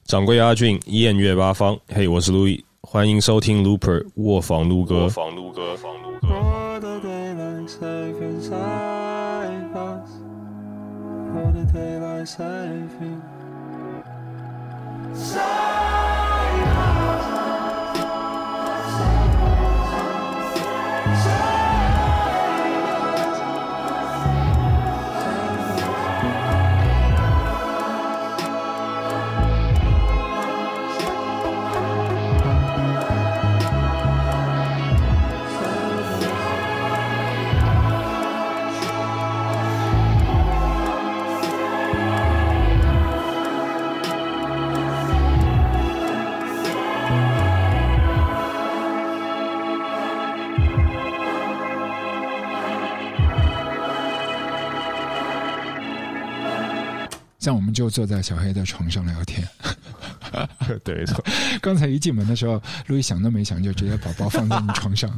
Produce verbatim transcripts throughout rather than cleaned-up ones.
掌柜阿俊，燕月八方，嘿，我是 Louis， 欢迎收听 Looper 卧房撸歌。卧房撸歌，房撸歌。我的 daylight saving side pass， 我的 daylight saving side pass。 这样我们就坐在小黑的床上聊天。 对，没错。 刚才一进门的时候，路易想都没想就直接把包放在你床上。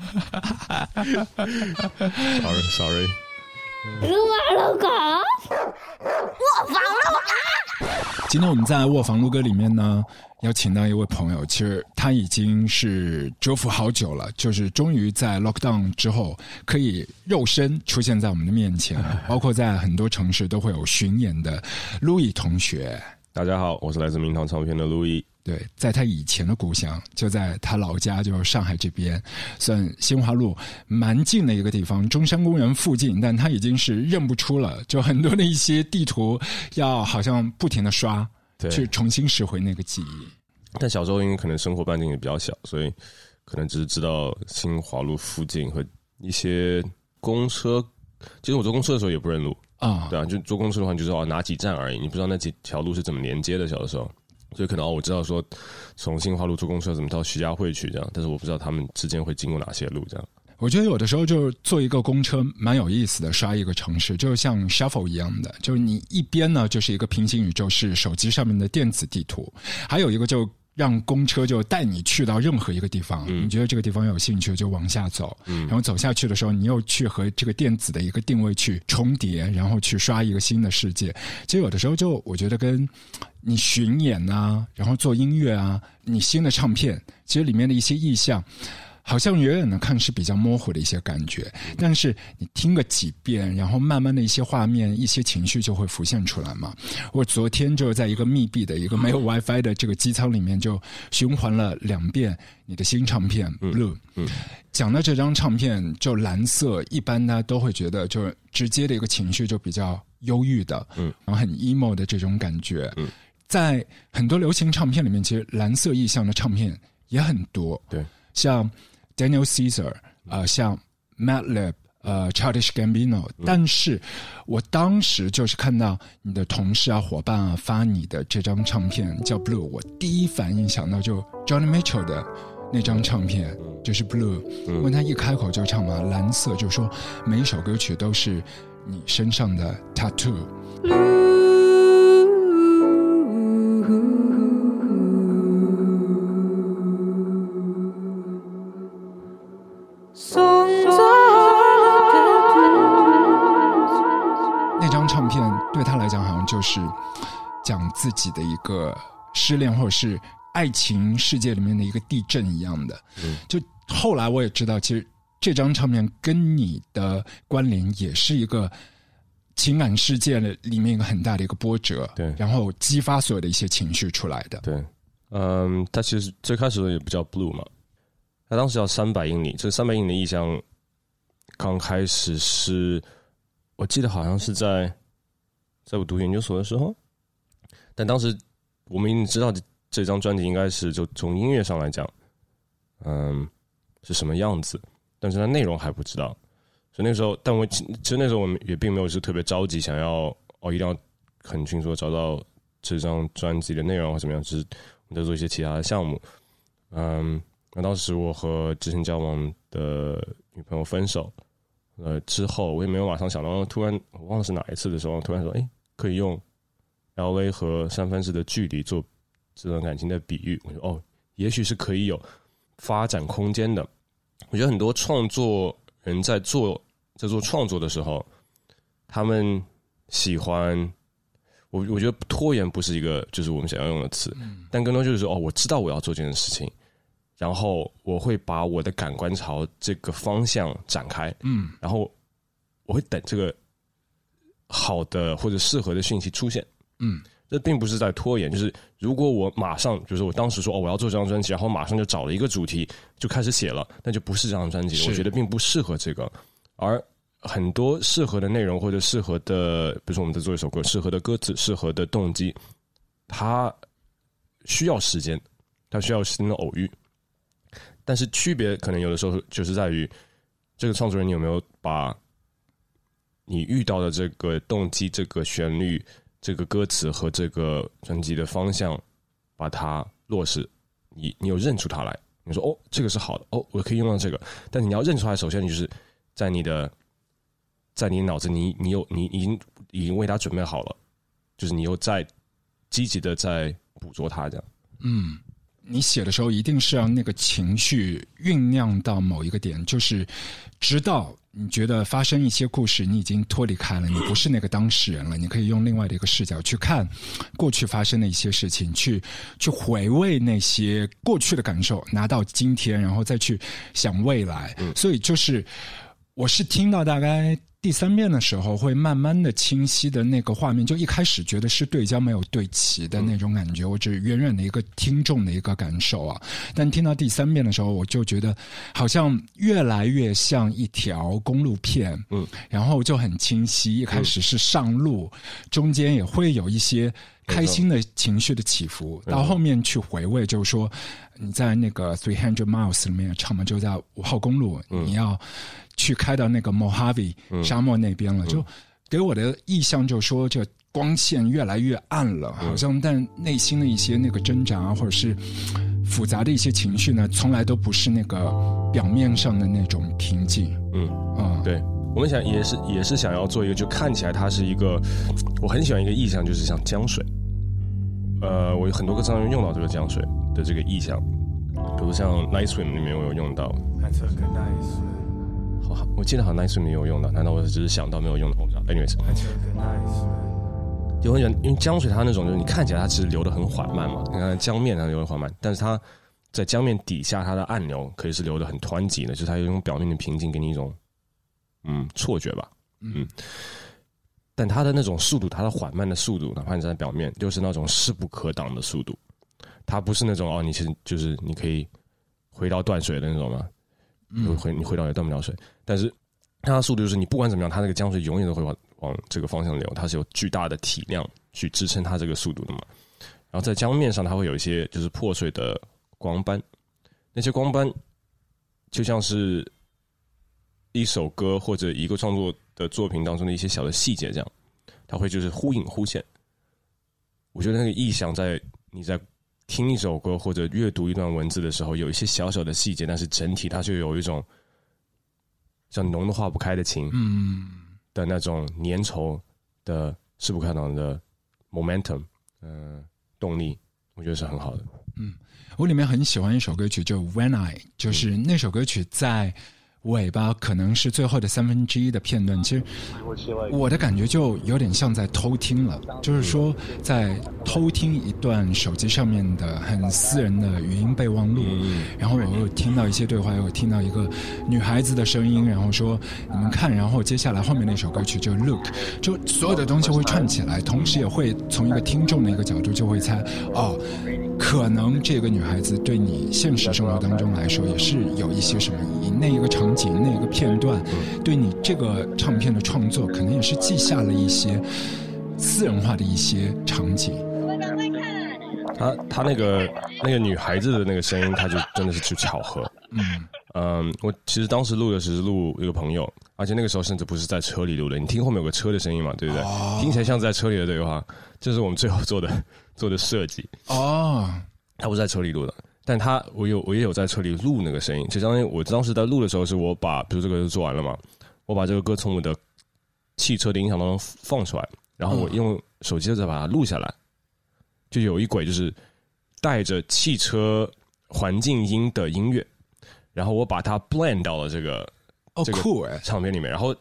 sorry sorry。 撸啊撸狗，卧房撸歌。 今天我们在卧房撸歌里面呢，邀请到一位朋友，其实他已经是蛰伏好久了，就是终于在 lockdown 之后可以肉身出现在我们的面前，包括在很多城市都会有巡演的 Louis 同学。 大家好，我是来自明堂唱片的 Louis。 对，在他以前的故乡，就在他老家，就是上海这边，算新华路蛮近的一个地方，中山公园附近，但他已经是认不出了，就很多的一些地图要好像不停的刷，去重新拾回那个记忆。 但小时候因为可能生活半径也比较小，所以可能只是知道新华路附近和一些公车。其实我坐公车的时候也不认路啊，对啊，就坐公车的话，你就知道哪几站而已，你不知道那几条路是怎么连接的。小的时候。所以可能、哦、我知道说从新华路坐公车怎么到徐家汇去这样，但是我不知道他们之间会经过哪些路这样。 我觉得有的时候就坐一个公车蛮有意思的，刷一个城市就像 shuffle 一样的，就是你一边呢就是一个平行宇宙，是手机上面的电子地图，还有一个就让公车就带你去到任何一个地方、嗯、你觉得这个地方有兴趣就往下走、嗯、然后走下去的时候你又去和这个电子的一个定位去重叠，然后去刷一个新的世界。其实有的时候就我觉得跟你巡演啊，然后做音乐啊，你新的唱片其实里面的一些意象好像远远的看是比较模糊的一些感觉，但是你听个几遍，然后慢慢的一些画面一些情绪就会浮现出来嘛。我昨天就在一个密闭的一个没有 WiFi 的这个机舱里面就循环了两遍你的新唱片 Blue、嗯嗯、讲到这张唱片就蓝色，一般大家都会觉得就直接的一个情绪就比较忧郁的、嗯、然后很 emo 的这种感觉、嗯、在很多流行唱片里面其实蓝色意象的唱片也很多，对，像Daniel Caesar 呃，像 Madlib 呃 Childish Gambino、嗯、但是我当时就是看到你的同事啊伙伴啊发你的这张唱片叫 Blue， 我第一反应想到就 Johnny Mitchell 的那张唱片、嗯、就是 Blue、嗯、因为他一开口就唱嘛蓝色，就说每一首歌曲都是你身上的 tattoo。那张唱片对他来讲好像就是讲自己的一个失恋或者是爱情世界里面的一个地震一样的、嗯、就后来我也知道其实这张唱片跟你的关联也是一个情感世界里面一个很大的一个波折，对，然后激发所有的一些情绪出来的。 对，嗯，他其实最开始也不叫 Blue 嘛，他当时叫三百英里，这三百英里的意象刚开始是我记得好像是在在我读研究所的时候，但当时我们已经知道这张专辑应该是就从音乐上来讲嗯是什么样子，但是它内容还不知道，所以那个时候但我其实那时候我们也并没有是特别着急想要哦一定要很清楚的找到这张专辑的内容或怎么样，只是我们在做一些其他的项目。嗯，那当时我和之前交往的女朋友分手呃，之后我也没有马上想到，突然我忘了是哪一次的时候，突然说，哎，可以用 L A 和三藩市的距离做这段感情的比喻。我说，哦，也许是可以有发展空间的。我觉得很多创作人在做在做创作的时候，他们喜欢， 我我觉得拖延不是一个就是我们想要用的词，嗯、但更多就是说哦，我知道我要做这件事情，然后我会把我的感官朝这个方向展开，嗯，然后我会等这个好的或者适合的讯息出现，嗯。这并不是在拖延，就是如果我马上，就是我当时说哦，我要做这张专辑，然后马上就找了一个主题就开始写了，那就不是这张专辑，我觉得并不适合这个。而很多适合的内容或者适合的，比如说我们在做一首歌，适合的歌词、适合的动机，它需要时间，它需要时间的偶遇。但是区别可能有的时候就是在于，这个创作人你有没有把你遇到的这个动机、这个旋律、这个歌词和这个专辑的方向，把它落实，你你有认出它来，你说哦，这个是好的，哦，我可以用到这个。但你要认出来，首先你就是在你的，在你脑子，你你有你已经已经为它准备好了，就是你又在积极的在捕捉它，这样。 嗯，你写的时候一定是让那个情绪酝酿到某一个点，就是直到你觉得发生一些故事，你已经脱离开了，你不是那个当事人了，你可以用另外的一个视角去看过去发生的一些事情，去去回味那些过去的感受，拿到今天，然后再去想未来。嗯、所以就是我是听到大概第三遍的时候，会慢慢的清晰的那个画面，就一开始觉得是对焦没有对齐的那种感觉，我只是远远的一个听众的一个感受啊。但听到第三遍的时候，我就觉得好像越来越像一条公路片，嗯，然后就很清晰。一开始是上路，中间也会有一些开心的情绪的起伏，到后面去回味，就是说你在那个Three Hundred Miles 里面唱嘛，就在五号公路，嗯、你要去开到那个 Mojave 沙漠那边了，嗯、就给我的意象就是说，这光线越来越暗了，嗯、好像但内心的一些那个挣扎或者是复杂的一些情绪呢，从来都不是那个表面上的那种平静。 嗯嗯，对。我们想也是也是想要做一个，就看起来它是一个，我很喜欢一个意象，就是像江水。呃，我有很多歌当中用到这个江水的这个意象，比如像《Night Swim》里面我有用到。好，我记得好像《Night Swim》里有用到，难道我只是想到没有用的？我不知道。anyways， 有很喜欢，因为江水它那种就是你看起来它其实流得很缓慢嘛，你看江面它流得缓慢，但是它在江面底下它的暗流可以是流得很湍急的，就是它有一种表面的平静，给你一种。嗯，错觉吧，嗯，但它的那种速度，它的缓慢的速度，哪怕你站在表面，就是那种势不可挡的速度，它不是那种哦，你其实就是你可以回到断水的那种嘛，嗯，回你回到也断不了水，但是它的速度就是你不管怎么样，它那个江水永远都会往往这个方向流，它是有巨大的体量去支撑它这个速度的嘛。然后在江面上，它会有一些就是破碎的光斑，那些光斑就像是。一首歌或者一个创作的作品当中的一些小的细节，这样，它会就是忽隐忽现。我觉得那个意象在你在听一首歌或者阅读一段文字的时候，有一些小小的细节，但是整体它就有一种像浓的化不开的情，嗯的那种粘稠的势不可挡的 momentum， 嗯、呃，动力，我觉得是很好的。 嗯，我里面很喜欢一首歌曲，就 When I， 就是那首歌曲在。尾巴可能是最后的三分之一的片段，其实我的感觉就有点像在偷听了，就是说在偷听一段手机上面的很私人的语音备忘录，然后我又听到一些对话，又听到一个女孩子的声音，然后说你们看，然后接下来后面那首歌曲就 Look， 就所有的东西会串起来，同时也会从一个听众的一个角度就会猜，哦，可能这个女孩子对你现实生活当中来说也是有一些什么意义，那一个场景那个片段对你这个唱片的创作可能也是记下了一些私人化的一些场景。 他他那个那个女孩子的那个声音，他就真的是去巧合。嗯嗯，我其实当时录的是录一个朋友，而且那个时候甚至不是在车里录的，你听后面有个车的声音嘛，对不对？哦、听起来像在车里的对话，这是我们最后做的做的设计。哦，他不是在车里录的。但他我有我也有在车里录那个声音，就相当于我当时在录的时候，是我把比如这个做完了嘛，我把这个歌从我的汽车的音响当中放出来，然后我用手机再把它录下来，就有一轨就是带着汽车环境音的音乐，然后我把它 blend 到了这个、 哦、 这个酷哎唱片里面，然后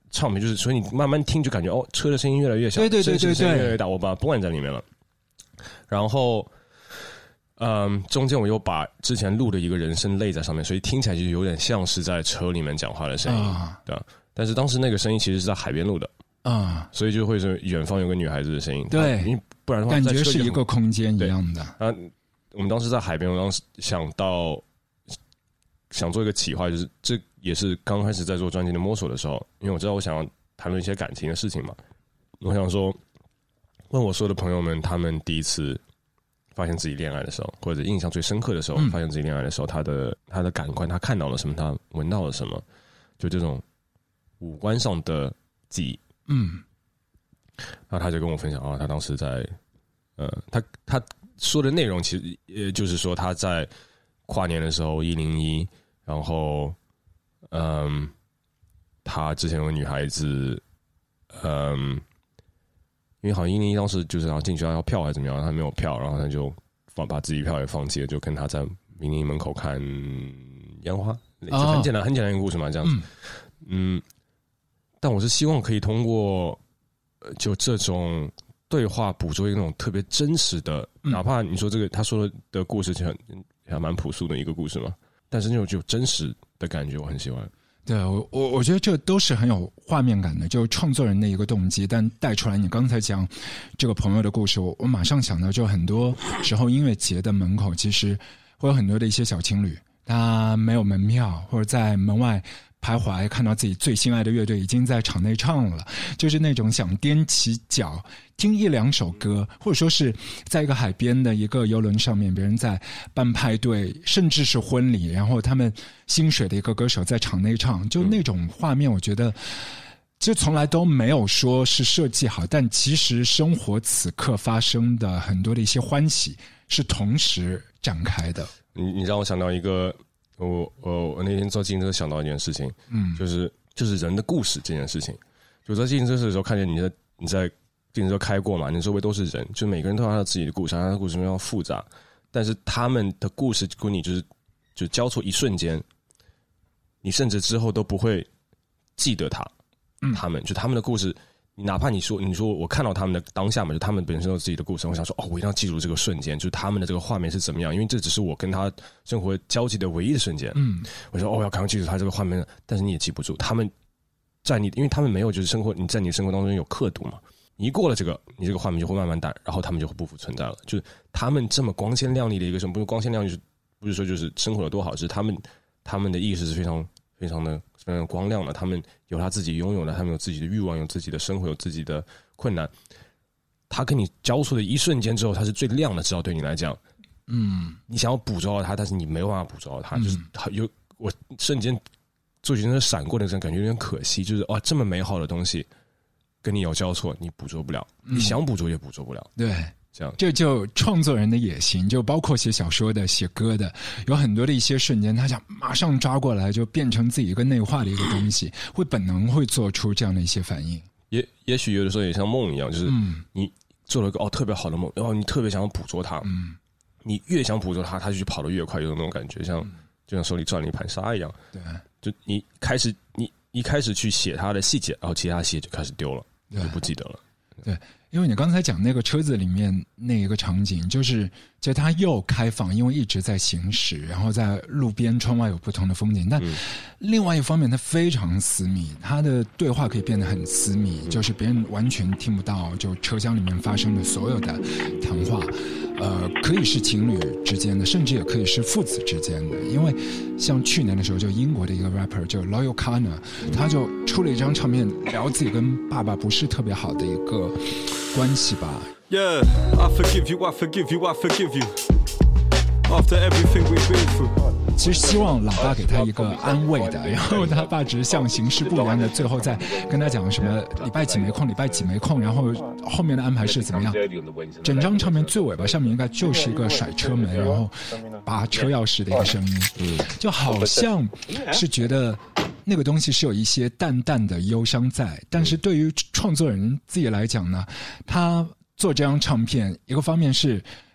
唱片，就是所以你慢慢听就感觉哦，车的声音越来越小， 对对对对对， 声音越来越大，我把不管在里面了。然后，嗯，中间我又把之前录的一个人声类在上面，所以听起来就有点像是在车里面讲话的声音，啊、对吧？但是当时那个声音其实是在海边录的。啊，所以就会是远方有个女孩子的声音， 对， 因为不然的话感觉是一个空间一样的。 啊，我们当时在海边，我当时想到想做一个企划，就是这也是刚开始在做专辑的摸索的时候，因为我知道我想要谈论一些感情的事情嘛，我想说问我所有的朋友们，他们第一次发现自己恋爱的时候，或者印象最深刻的时候，嗯、发现自己恋爱的时候，他的他的感官，他看到了什么，他闻到了什么，就这种五官上的记忆。嗯，然后他就跟我分享啊，他当时在，呃，他他说的内容其实也就是说他在跨年的时候一零一，然后，嗯，他之前有个女孩子，嗯，因为好像一零一当时就是好像进去要票还是怎么样，他没有票，然后他就放把自己票也放弃了，就跟他在一零一门口看烟花，就很简单、哦、很简单一个故事嘛，这样子，嗯。嗯，但我是希望可以通过就这种对话捕捉一种特别真实的，嗯、哪怕你说这个他说的故事很还蛮朴素的一个故事嘛，但是那种就真实的感觉我很喜欢。 对，我我我觉得这都是很有画面感的，就是创作人的一个动机。但带出来你刚才讲这个朋友的故事，我我马上想到，就很多时候音乐节的门口其实会有很多的一些小情侣，他没有门票，或者在门外徘徊，看到自己最心爱的乐队已经在场内唱了，就是那种想踮起脚听一两首歌，或者说是在一个海边的一个游轮上面，别人在办派对，甚至是婚礼，然后他们心水的一个歌手在场内唱，就那种画面，我觉得就从来都没有说是设计好，但其实生活此刻发生的很多的一些欢喜是同时展开的。 你你让我想到一个。我我我那天坐自行车想到一件事情，嗯，就是就是人的故事这件事情。就在自行车的时候，看见你在你在自行车开过嘛，你周围都是人，就每个人都有他自己的故事，他的故事非常复杂，但是他们的故事跟你就是就交错一瞬间，你甚至之后都不会记得他，嗯，他们就他们的故事。哪怕你说你说我看到他们的当下嘛，就他们本身有自己的故事，我想说哦，我一定要记住这个瞬间，就是他们的这个画面是怎么样，因为这只是我跟他生活交集的唯一的瞬间。嗯，我说哦，我要赶快记住他这个画面，但是你也记不住他们在你，因为他们没有就是生活，你在你生活当中有刻度嘛，你一过了这个，你这个画面就会慢慢淡，然后他们就会不复存在了。就是他们这么光鲜亮丽的一个什么，不是光鲜亮丽，就是不是说就是生活有多好，是他们他们的意识是非常非常的非常光亮的，他们有他自己拥有的，他们有自己的欲望，有自己的生活，有自己的困难。他跟你交错的一瞬间之后，他是最亮的，至少对你来讲，嗯，你想要捕捉到他，但是你没有办法捕捉到他，嗯、就是有我瞬间坐自行车闪过的这种感觉有点可惜，就是哦，这么美好的东西跟你有交错，你捕捉不了，嗯、你想捕捉也捕捉不了， 对。 这样， 这就创作人的野心，就包括写小说的、写歌的，有很多的一些瞬间，他想马上抓过来，就变成自己一个内化的一个东西，会本能会做出这样的一些反应。 也也许有的时候也像梦一样，就是你做了一个哦特别好的梦，然后你特别想要捕捉它，嗯，你越想捕捉它，它就跑得越快，有那种感觉，像就像手里攥了一盘沙一样。对，就你开始你一开始去写它的细节，然后其他细节就开始丢了，就不记得了。 对。因为你刚才讲那个车子里面那一个场景，就是其实它又开放，因为一直在行驶，然后在路边窗外有不同的风景，但另外一方面它非常私密，它的对话可以变得很私密，就是别人完全听不到就车厢里面发生的所有的谈话，呃，可以是情侣之间的，甚至也可以是父子之间的。因为像去年的时候，就英国的一个 rapper 就 Loyal Kana， 他就出了一张唱片，聊自己跟爸爸不是特别好的一个关系吧。 Yeah, I forgive you, I forgive you, I forgive you After everything we've been through 其实希望老爸给他一个安慰的，然后他爸只是像行事不一样的，最后再跟他讲什么礼拜几没空，礼拜几没空，然后后面的安排是怎么样。整张唱片最尾巴上面应该就是一个甩车门，然后拔车钥匙的一个声音，就好像是觉得那个东西是有一些淡淡的忧伤在，但是对于创作人自己来讲呢，他做这张唱片一个方面是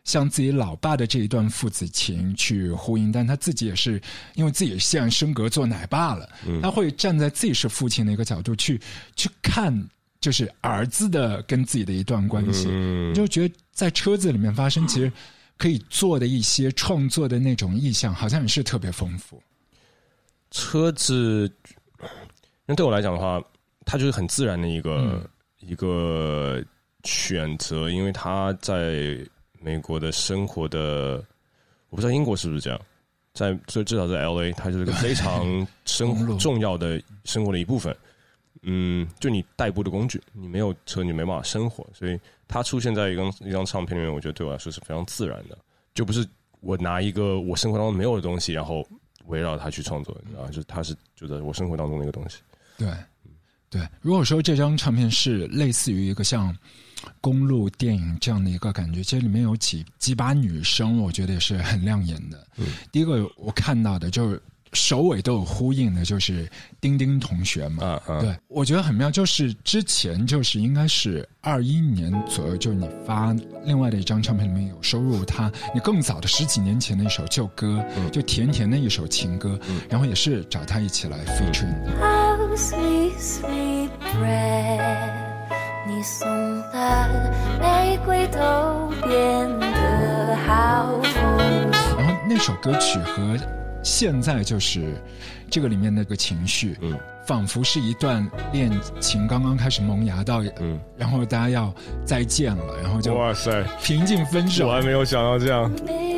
向自己老爸的这一段父子情去呼应，但他自己也是因为自己现在升格做奶爸了，嗯、他会站在自己是父亲的一个角度去去看，就是儿子的跟自己的一段关系，嗯、就觉得在车子里面发生，其实可以做的一些创作的那种意象，好像也是特别丰富。 车子，那对我来讲的话，它就是很自然的一个、嗯、一个选择，因为他在美国的生活的，我不知道英国是不是这样，在所以至少在 L A， 它就是一个非常生重要的生活的一部分。嗯，就你代步的工具，你没有车你没办法生活，所以它出现在一张一张唱片里面，我觉得对我来说是非常自然的，就不是我拿一个我生活当中没有的东西，然后围绕它去创作，啊，就是它是就在我生活当中的一个东西。 对，对。如果说这张唱片是类似于一个像公路电影这样的一个感觉，其实里面有几几把女生，我觉得也是很亮眼的。嗯、第一个我看到的就是首尾都有呼应的，就是丁丁同学嘛。啊啊、对，我觉得很妙，就是之前就是应该是二一年左右，就是你发另外的一张唱片里面有收入他你更早的十几年前的一首旧歌，嗯、就甜甜的一首情歌，嗯、然后也是找他一起来 featuring 的。 Oh, sweet, sweet bread。你送的玫瑰都变得好风趣。 然后那首歌曲和现在就是这个里面那个情绪，嗯，仿佛是一段恋情刚刚开始萌芽到，嗯，然后大家要再见了，然后就哇塞， 平静分手。 我还没有想到这样。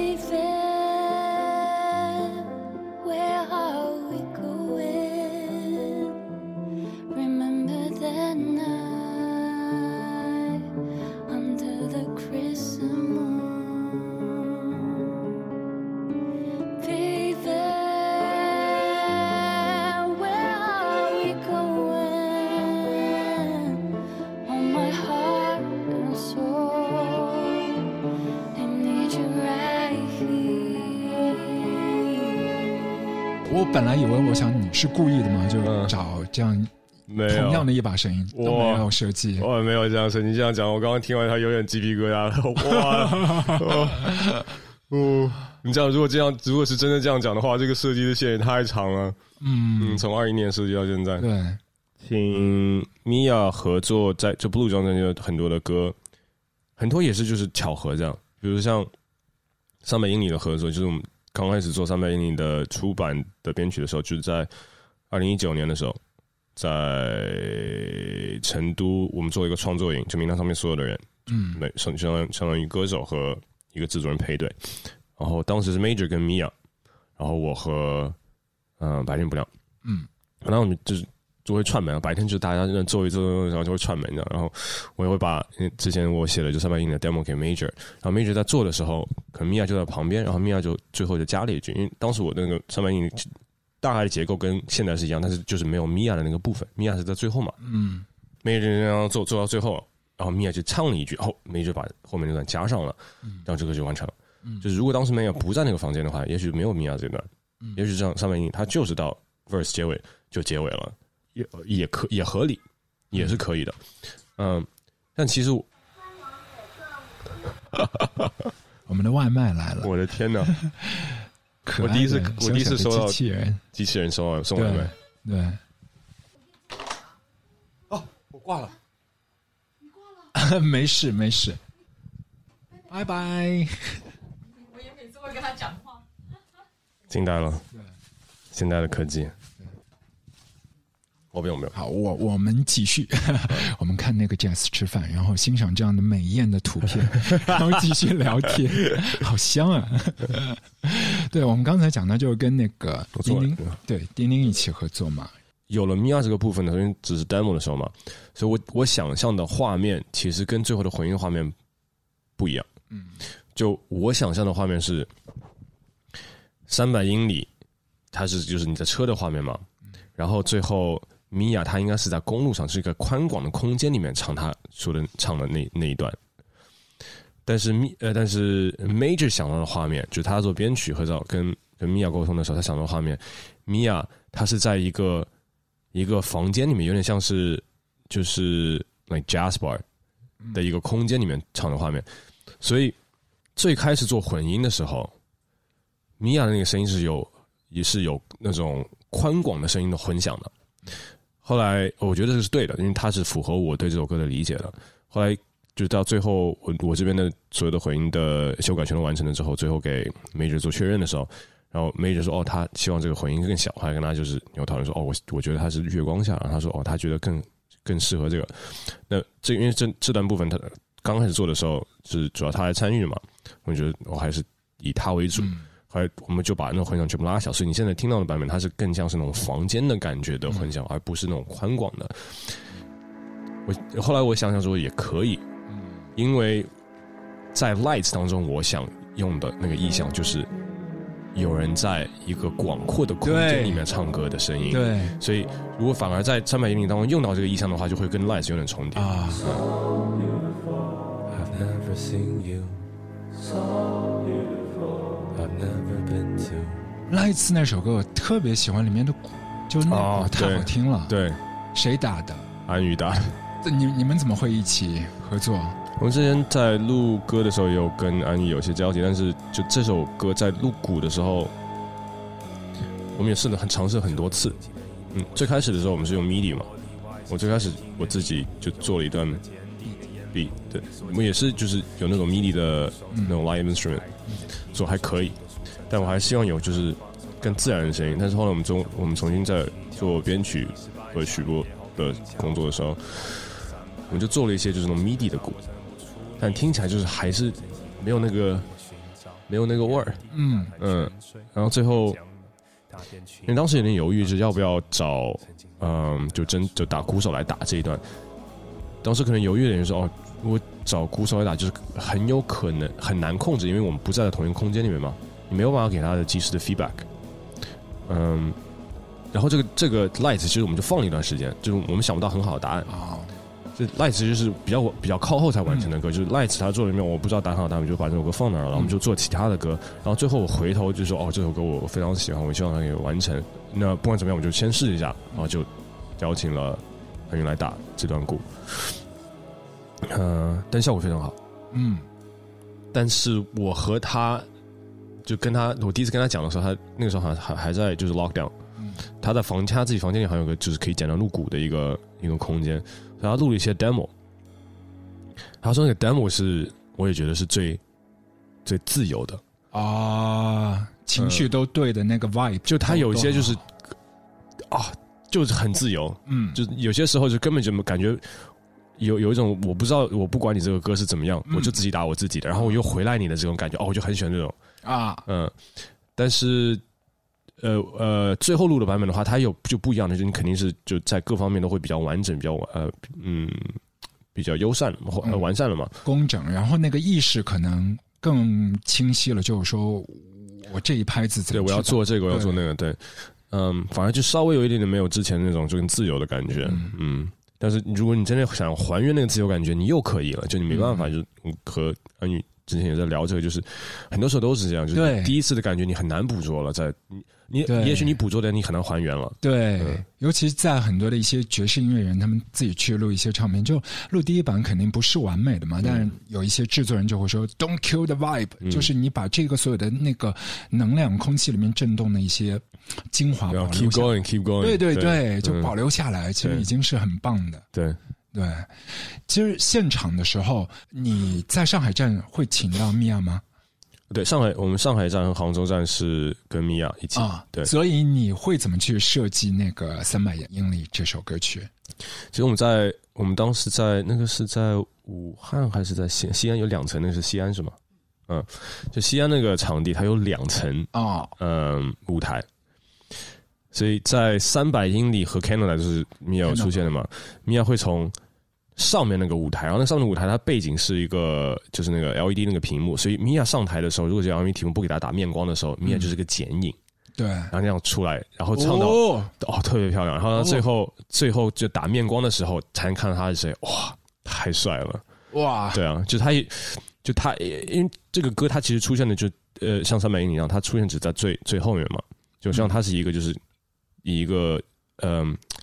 我本来以为，我想你是故意的嘛，就找这样同样的一把声音，都没有设计。 我也没有这样设计，你这样讲，我刚刚听完他有点鸡皮疙瘩了。哇，哦，哦，你知道，如果这样，如果是真的这样讲的话，这个设计的线也太长了。嗯嗯，从二一年设计到现在。 对， 请米娅合作在就 Blue 张专辑有很多的歌，很多也是就是巧合这样，比如像三百英里的合作，就是我们刚开始做三百英里的出版的编曲的时候，就是在二零一九年的时候，在成都，我们做一个创作营，就名单上面所有的人，嗯，相相相当于歌手和一个制作人配对，然后当时是 Major 跟 Mia， 然后我和嗯、呃、白天不亮，嗯，然后我们就是就会串门，白天就大家做一做，然后就会串门这样，然后我也会把之前我写的就三百英里的 demo 给 Major， 然后 Major 在做的时候，可能 Mia 就在旁边，然后 Mia 就最后就加了一句，因为当时我那个三百英里大概的结构跟现在是一样，但是就是没有 Mia 的那个部分 ，Mia 是在最后嘛，嗯 ，Major 这样做做到最后，然后 Mia 就唱了一句，然后 Major 把后面那段加上了，然后这个就完成了。嗯、就是如果当时 Mia 不在那个房间的话，也许没有 Mia 这段，嗯、也许这样三百英里它就是到 verse 结尾就结尾了。也也可也合理，也是可以的，嗯，但其实我， 我们的外卖来了， 我的天哪！ 我第一次我第一次收到机器人， 机器人收到送外卖， 对。 哦，我挂了， 你挂了，没事没事，拜拜。 我也每次会跟他讲话， 惊呆了，对，现在的科技。我不用不用， 好，我我们继续，我们看那个 Jazz 吃饭，然后欣赏这样的美艳的图片，然后继续聊天，好香啊！对，我们刚才讲到就是跟那个丁丁，对丁丁一起合作嘛。 有了 Mia 这个部分呢，因为只是 demo 的时候嘛，所以我我想象的画面其实跟最后的混音画面不一样。嗯，就我想象的画面是三百英里，它是就是你在车的画面嘛，然后最后。米娅她应该是在公路上，是一个宽广的空间里面唱她说的唱的那那一段，但是米呃，但是 Major 想到的画面，就是他做编曲和找跟跟米娅沟通的时候，他想到的画面，米娅她是在一个一个房间里面，有点像是就是 like jazz bar 的一个空间里面唱的画面，所以最开始做混音的时候，米娅的那个声音是有也是有那种宽广的声音的混响的。后来我觉得这是对的，因为它是符合我对这首歌的理解的。后来就到最后，我我这边的所有的混音的修改全都完成了之后，最后给 Major 做确认的时候，然后 Major 说哦，他希望这个混音更小，后来跟他就是有讨论说哦，我我觉得他是月光下，然后他说哦，他觉得更更适合这个。那这因为这这段部分他刚开始做的时候是主要他来参与嘛，我觉得我还是以他为主。嗯，后来我们就把那个混响全部拉小，所以你现在听到的版本，它是更像是那种房间的感觉的混响，而不是那种宽广的。我后来我想想说也可以，因为在 Lights 当中，我想用的那个意象就是有人在一个广阔的空间里面唱歌的声音。 对， 所以如果反而在三百英里当中用到这个意象的话，就会跟 Lights 有点重叠啊。I've never seen you so beautiful.I've never been to Lights 那首歌我特别喜欢里面的鼓，就那鼓、哦、太好听了。 对， 谁打的？ 安宇打的。 你你们怎么会一起合作？ 我们之前在录歌的时候也有跟安宇有些交集，但是就这首歌在录鼓的时候，我们也试了很尝试很多次。嗯，最开始的时候我们是用 M I D I 嘛，我最开始我自己就做了一段 beat， 对，我们也是就是有那种 M I D I 的那种 live instrument。做还可以，但我还希望有就是更自然的声音。但是后来我们中我们重新在做编曲和曲播的工作的时候，我们就做了一些就是那种 M I D I 的鼓，但听起来就是还是没有那个没有那个味儿。嗯嗯，然后最后，因为当时有点犹豫，是要不要找嗯就真就打鼓手来打这一段。当时可能犹豫的人说哦。如果找鼓手来打，就是很有可能很难控制，因为我们不在同一个空间里面嘛，你没有办法给他的及时的 feedback。嗯，然后这个这个 Lights 其实我们就放了一段时间，就是我们想不到很好的答案啊。这 Lights 就是比较比较靠后才完成的歌，嗯、就是 Lights 他做了里面我不知道答案好答案，我们就把这首歌放那儿了，然后我们就做其他的歌，然后最后我回头就说哦，这首歌我非常喜欢，我希望它可以完成。那不管怎么样，我就先试一下，然后就邀请了韩云来打这段鼓。呃，但效果非常好。嗯，但是我和他就跟他，我第一次跟他讲的时候，他那个时候好像还还在就是 lockdown，嗯、他在房他自己房间里好像有个就是可以简单录鼓的一个一个空间，然后他录了一些 demo。他说那个 demo 是我也觉得是最最自由的啊，情绪都对的那个 vibe，、呃、 就他有一些就是啊，就是很自由，嗯，就有些时候就根本就感觉。有有一种我不知道，我不管你这个歌是怎么样，嗯、我就自己打我自己的，然后我又回来你的这种感觉，哦，我就很喜欢这种啊，嗯，但是呃呃，最后录的版本的话，它有就不一样的，就你肯定是就在各方面都会比较完整，比较呃嗯比较优善或、呃、完善了嘛， 工整，然后那个意识可能更清晰了，就是说我这一拍子怎么对，我要做这个，我要做那个，对，嗯，反而就稍微有一点点没有之前那种就更自由的感觉，嗯。嗯但是如果你真的想还原那个自由感觉，你又可以了，就你没办法，嗯、就和安宇之前也在聊这个，就是很多时候都是这样，就是第一次的感觉你很难捕捉了，在你也许你捕捉的你很难还原了。 对，嗯、尤其在很多的一些爵士音乐人，他们自己去录一些唱片，就录第一版肯定不是完美的嘛，嗯、但是有一些制作人就会说 "Don't kill the vibe"，嗯、就是你把这个所有的那个能量、空气里面震动的一些精华保留下来 ，keep going, keep going， 对对 对, 对，就保留下来，嗯、其实已经是很棒的。 对。 对，其实现场的时候，你在上海站会请到米娅吗？ 对，上海我们上海站和杭州站是跟米娅一起啊。对， 所以你会怎么去设计那个三百英里这首歌曲？ 其实我们在我们当时在那个是在武汉还是在西安？西安有两层，那个是西安是吗？嗯，就西安那个场地它有两层啊，嗯，舞台。所以在三百英里和 Canada 就是米娅有出现的嘛，米娅会从上面那个舞台，然后那上面的舞台它背景是一个就是那个 L E D 那个屏幕，所以米娅上台的时候，如果这 L E D 屏幕不给他打面光的时候，米娅就是个剪影， 对， 然后那样出来，然后唱到 哦, 哦特别漂亮，然后最后、哦、最后就打面光的时候才能看到他是谁，哇，太帅了，哇，对啊，就他就他因为这个歌它其实出现的就呃像三百英里一样，它出现只在最最后面嘛，就像它是一个就是。以一个嗯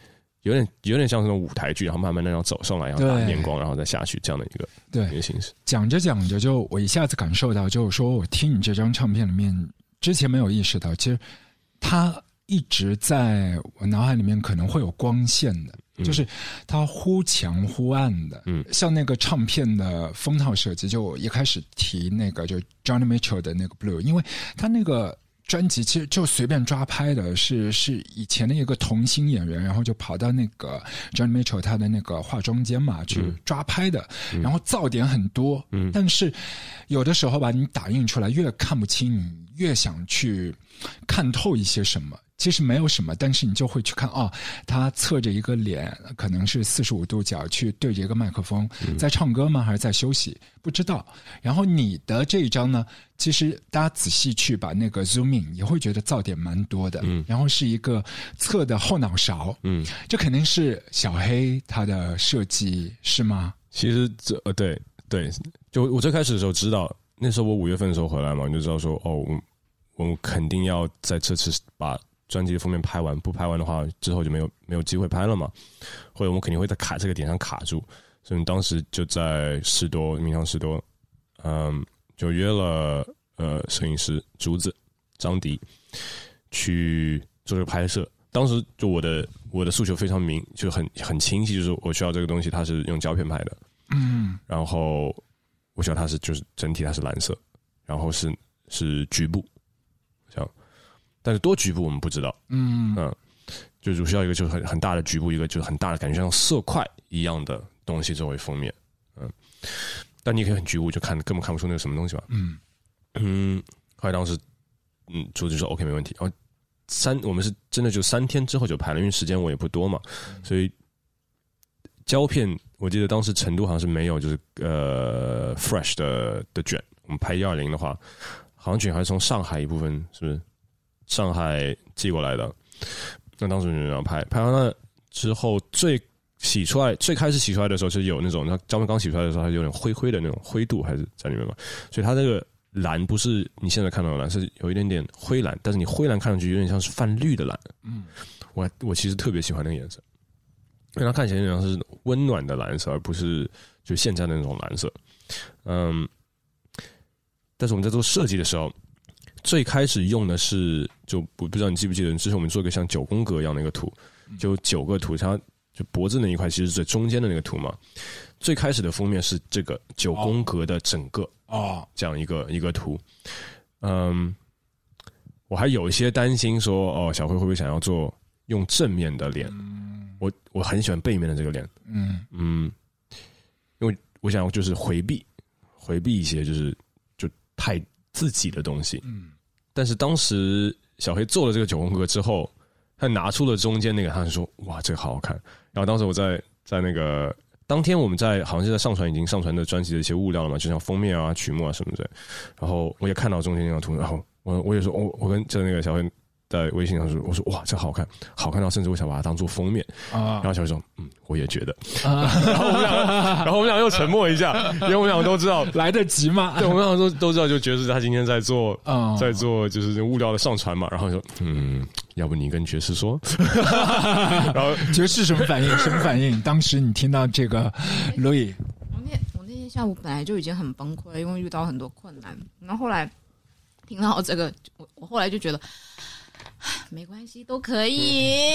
有点有点像那种舞台剧，然后慢慢的要走上来，然后打面光，然后再下去这样的一个对一个形式。 讲着讲着就我一下子感受到，就是说我听你这张唱片里面，之前没有意识到，其实它一直在我脑海里面可能会有光线的。就是它忽强忽暗的，嗯，像那个唱片的封套设计，就我一开始提那个就 Johnny Mitchell 的那个 Blue， 因为他那个专辑其实就随便抓拍的，是是以前的一个童星演员，然后就跑到那个 Johnny Mitchell 他的那个化妆间嘛去抓拍的，嗯、然后噪点很多，嗯，但是有的时候吧，你打印出来越看不清，你越想去看透一些什么。其实没有什么，但是你就会去看哦，他侧着一个脸，可能是四十五度角去对着一个麦克风，在唱歌吗？还是在休息？不知道。然后你的这一张呢，其实大家仔细去把那个 zoom in， 也会觉得噪点蛮多的。嗯，然后是一个侧的后脑勺，嗯，这肯定是小黑他的设计是吗？ 其实这呃对对，就我最开始的时候知道，那时候我五月份的时候回来嘛，我就知道说哦，我我肯定要在这次把专辑的封面拍完，不拍完的话，之后就没有没有机会拍了嘛，或者我们肯定会在卡这个点上卡住，所以当时就在士多，民航士多，嗯，就约了呃摄影师竹子张迪去做这个拍摄。当时就我的我的诉求非常明，就很很清晰，就是我需要这个东西，它是用胶片拍的，嗯，然后我需要它是就是整体它是蓝色，然后是是局部，这样。但是多局部我们不知道，嗯嗯，就只需要一个就是很很大的局部，一个就是很大的感觉像色块一样的东西作为封面，嗯，但你也可以很局部，就看根本看不出那个什么东西吧，嗯嗯，后来当时嗯主就说 OK 没问题，然后三我们是真的就三天之后就拍了，因为时间我也不多嘛，所以胶片我记得当时成都好像是没有就是呃 fresh 的的卷，我们拍一二零的话，好像卷还是从上海一部分是不是？上海寄过来的，那当时就这样拍，拍完了之后，最洗出来，最开始洗出来的时候是有那种，它胶片刚洗出来的时候，它有点灰灰的那种灰度还是在里面嘛，所以它这个蓝不是你现在看到的蓝，是有一点点灰蓝，但是你灰蓝看上去有点像是泛绿的蓝。嗯，我我其实特别喜欢那个颜色，因为它看起来有点像是温暖的蓝色，而不是就现在的那种蓝色。嗯，但是我们在做设计的时候。最开始用的是，就不不知道你记不记得，之前我们做一个像九宫格一样的一个图，就九个图，它就脖子那一块其实是最中间的那个图嘛。最开始的封面是这个九宫格的整个哦，这样一个一个图。嗯，我还有一些担心说，哦，小辉会不会想要做用正面的脸？我我很喜欢背面的这个脸，嗯嗯，因为我想要就是回避回避一些就是就太自己的东西，嗯。但是当时小黑做了这个九宫格之后，他拿出了中间那个，他就说：“哇，这个好好看。”然后当时我在在那个当天我们在好像是在上传已经上传的专辑的一些物料了嘛，就像封面啊、曲目啊什么的。然后我也看到中间那张图，然后我我也说，我我跟就那个小黑在微信上说，我说：“哇，这好看，好看到甚至我想把它当做封面。”啊，然后小黑说：“嗯，我也觉得。”啊，然后我们两个，然后我们两个又沉默一下，因为我们两个都知道来得及吗？ 对，我们两个都都知道，就爵士他今天在做，嗯、在做就是物料的上传嘛。然后说：“嗯，要不你跟爵士说。”然后爵士什么反应？什么反应？当时你听到这个 Louis， 我那我那天下午本来就已经很崩溃，因为遇到很多困难，然后后来听到这个，我我后来就觉得。没关系，都可以。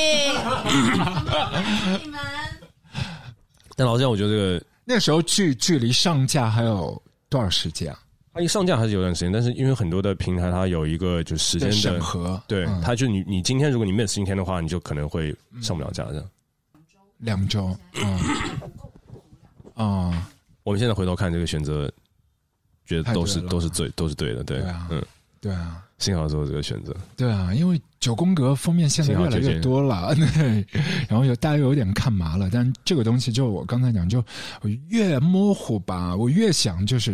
你们。 但老实讲，我觉得这个那时候距距离上架还有多少时间啊？ 它一上架还是有段时间，但是因为很多的平台它有一个就时间的审核， 对，嗯、它就你你今天如果你 miss 今天的话，你就可能会上不了架这样。 两周，嗯，嗯， 我们现在回头看这个选择，觉得都是都是对都是对的，对， 对啊，嗯，对啊。 幸好做这个选择， 对啊，因为九宫格封面现在越来越多了，对，然后有大家有点看麻了，但这个东西就我刚才讲，就我越模糊吧，我越想就是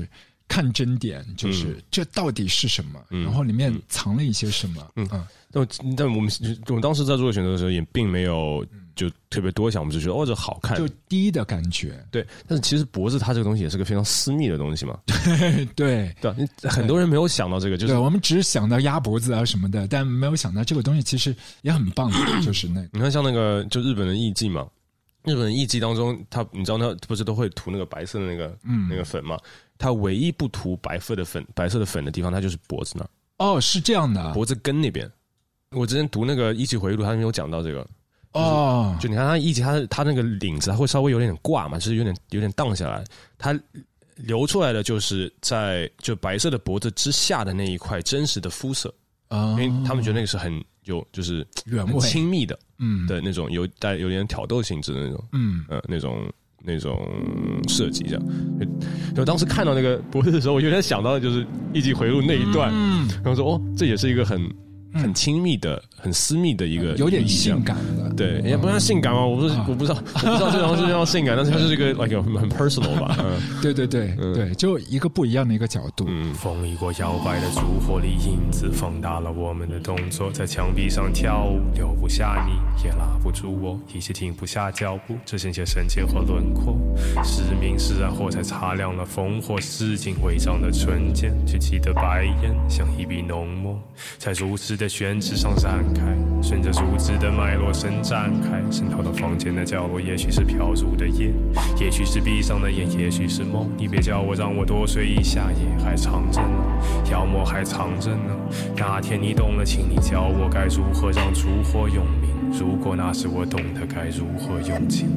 看真点，就是、嗯、这到底是什么、嗯、然后里面藏了一些什么。嗯， 嗯但但我们我们当时在做选择的时候也并没有就特别多想，我们就觉得哦这好看， 就第一的感觉。 对，但是其实脖子它这个东西也是个非常私密的东西嘛。 对对对，很多人没有想到这个，就是对我们只是想到鸭脖子啊什么的，但没有想到这个东西其实也很棒的，就是那个。 你看像那个就日本的艺伎嘛，日本的艺伎当中，它你知道它不是都会涂那个白色的那个、嗯、那个粉嘛？它唯一不涂白色的粉白色的粉的地方，它就是脖子那儿。 哦，是这样的， 脖子根那边。我之前读那个《艺伎回忆录》，他没有讲到这个。 哦、就是， 就你看他艺伎，他他那个领子，它会稍微有点挂嘛，就是有点有点荡下来，它流出来的就是在就白色的脖子之下的那一块真实的肤色。哦，因为他们觉得那个是很有就是很亲密的，嗯的那种有带有点挑逗性质的那种，嗯呃那种那种设计这样。就当时看到那个脖子的时候，我有点想到的就是《艺伎回忆录》那一段，嗯，然后说哦，这也是一个很。很亲密的、很私密的一个， 有点性感的， 对，也不算性感嘛，我不是，我不知道，我不知道这种是叫性感，但是它就是一个 like 很 personal 吧，嗯， 对对对对，就一个不一样的一个角度。 嗯，风一过摇摆的烛火里，影子放大了我们的动作，在墙壁上跳舞，留不下你，也拉不住我，一起停不下脚步，只剩下深浅和轮廓。时明时然后才擦亮了烽火，湿尽徽章的纯洁，却记得白烟像一笔浓墨，在如此的宣纸上展开，顺着树枝的脉络伸展开，渗透到房间的角落，也许是飘入的夜，也许是闭上的眼，也许是梦。你别叫我，让我多睡一下，夜还长着呢，妖魔还藏着呢。那天你懂了，请你教我该如何让烛火永明。如果那时我懂得该如何用尽。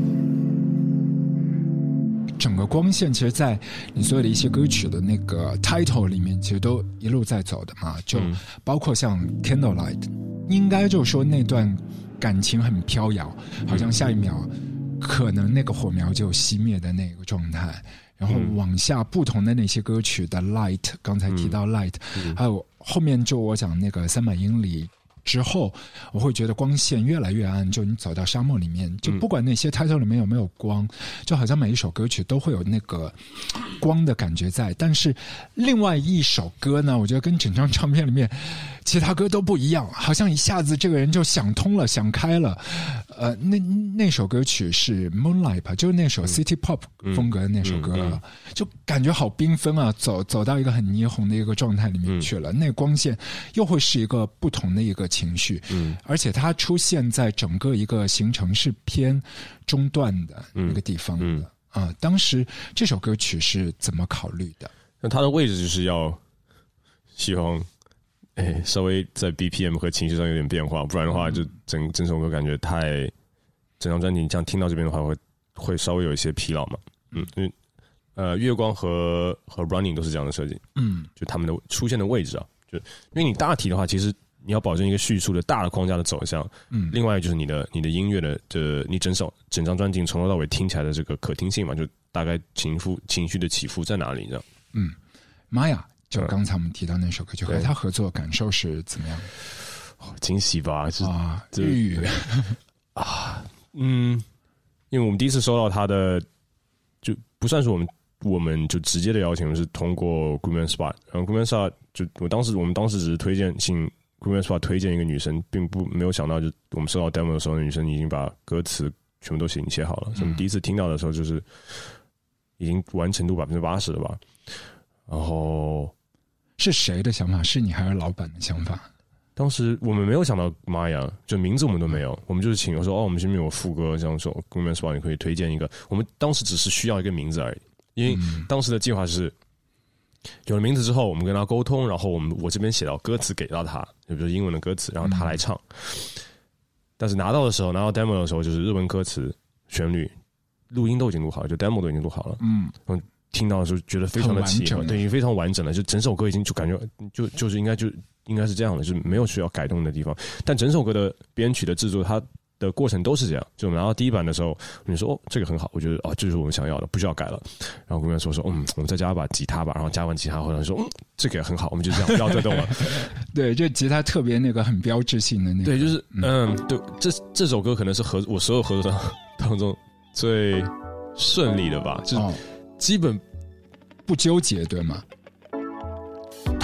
整个光线其实在你所有的一些歌曲的那个 title 里面其实都一路在走的嘛，就包括像 Candlelight， 应该就说那段感情很飘摇，好像下一秒可能那个火苗就熄灭的那个状态，然后往下不同的那些歌曲的 light， 刚才提到 light， 还有后面就我讲那个三百英里之后，我会觉得光线越来越暗，就你走到沙漠里面，就不管那些 title 里面有没有光，就好像每一首歌曲都会有那个光的感觉在。但是另外一首歌呢，我觉得跟整张唱片里面其他歌都不一样，好像一下子这个人就想通了，想开了。呃，那那首歌曲是 Moonlight， 就是那首 City Pop 风格的那首歌了，嗯嗯嗯、就感觉好缤纷啊，走走到一个很霓虹的一个状态里面去了。嗯、那光线又会是一个不同的一个情绪，嗯，而且它出现在整个一个行程是偏中段的那个地方的。嗯嗯、啊，当时这首歌曲是怎么考虑的？ 那它的位置就是要希望。哎，稍微在 B P M 和情绪上有点变化，不然的话，就整整首歌感觉太，整张专辑这样听到这边的话会，会会稍微有一些疲劳嘛。嗯，因为呃，月光和和 Running 都是这样的设计。嗯，就他们的出现的位置啊，就因为你大体的话，其实你要保证一个叙述的大的框架的走向。嗯，另外就是你的你的音乐的这你整首整张专辑从头到尾听起来的这个可听性嘛，就大概情绪情绪的起伏在哪里这样。 嗯，妈呀！就刚才我们提到那首歌曲，和他合作感受是怎么样？ 哦，惊喜吧，是啊，日语啊，嗯，因为我们第一次收到他的，就不算是我们，我们就直接的邀请，是通过 Goodman Spot， 然后 Goodman Spot 就我当时我们当时只是推荐，请 Goodman Spot 推荐一个女生，并不没有想到，就我们收到 demo 的时候，那女生已经把歌词全部都写写好了，所以我们第一次听到的时候，就是已经完成度百分之八十了吧，然后。 是谁的想法？是你还是老板的想法？ 当时我们没有想到妈呀，就名字我们都没有，我们就是请我说哦，我们这边有副歌，这样说 Goodman Spot 你可以推荐一个。我们当时只是需要一个名字而已，因为当时的计划是有了名字之后，我们跟他沟通，然后我们我这边写到歌词给到他，就比如英文的歌词，然后他来唱。嗯、但是拿到的时候，拿到 demo 的时候，就是日文歌词、旋律、录音都已经录好了，就 demo 都已经录好了。嗯。嗯听到的时候觉得非常的契合，对，非常完整了，就整首歌已经就感觉就就是应该就应该是这样的，就是没有需要改动的地方。但整首歌的编曲的制作，它的过程都是这样。就我们拿到第一版的时候，我们说哦，这个很好，我觉得哦，这就是我们想要的，不需要改了。然后姑娘说说嗯，我们再加把吉他吧，然后加完吉他后来说嗯，这个也很好，我们就这样，不要再动了。 对，这吉他特别那个很标志性的那个， 对，就是嗯，对，这这首歌可能是合我所有合作当中最顺利的吧，就是基本。 不纠结，对吗？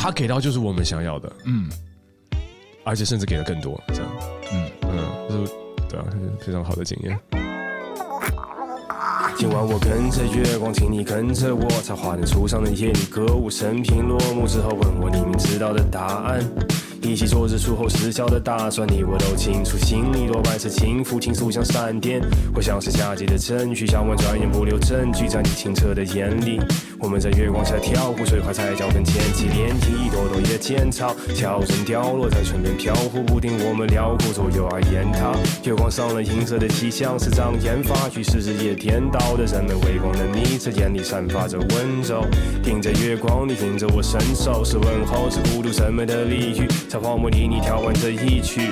他给到就是我们想要的， 嗯， 而且甚至给的更多，这样， 嗯嗯，就是对啊，非常好的经验。 今晚我跟着月光，请你跟着我，在华灯初上的夜里歌舞升平落幕之后，问我你明知道的答案。一起做着术后失效的打算，你我都清楚，心里多半是轻浮，倾诉像闪电，或像是夏季的阵雨，想问转眼不留证据，在你清澈的眼里，我们在月光下跳舞，水花踩脚跟溅起涟漪，一朵朵野尖草悄声掉落在唇边飘忽不定，我们辽阔左右而言他，月光上了银色的气象，是障眼发去世事也颠倒的人们围观了你，这眼里散发着温柔，听着月光你听着我伸手，是问候是孤独什么的俚语，在荒漠里你跳完这一曲。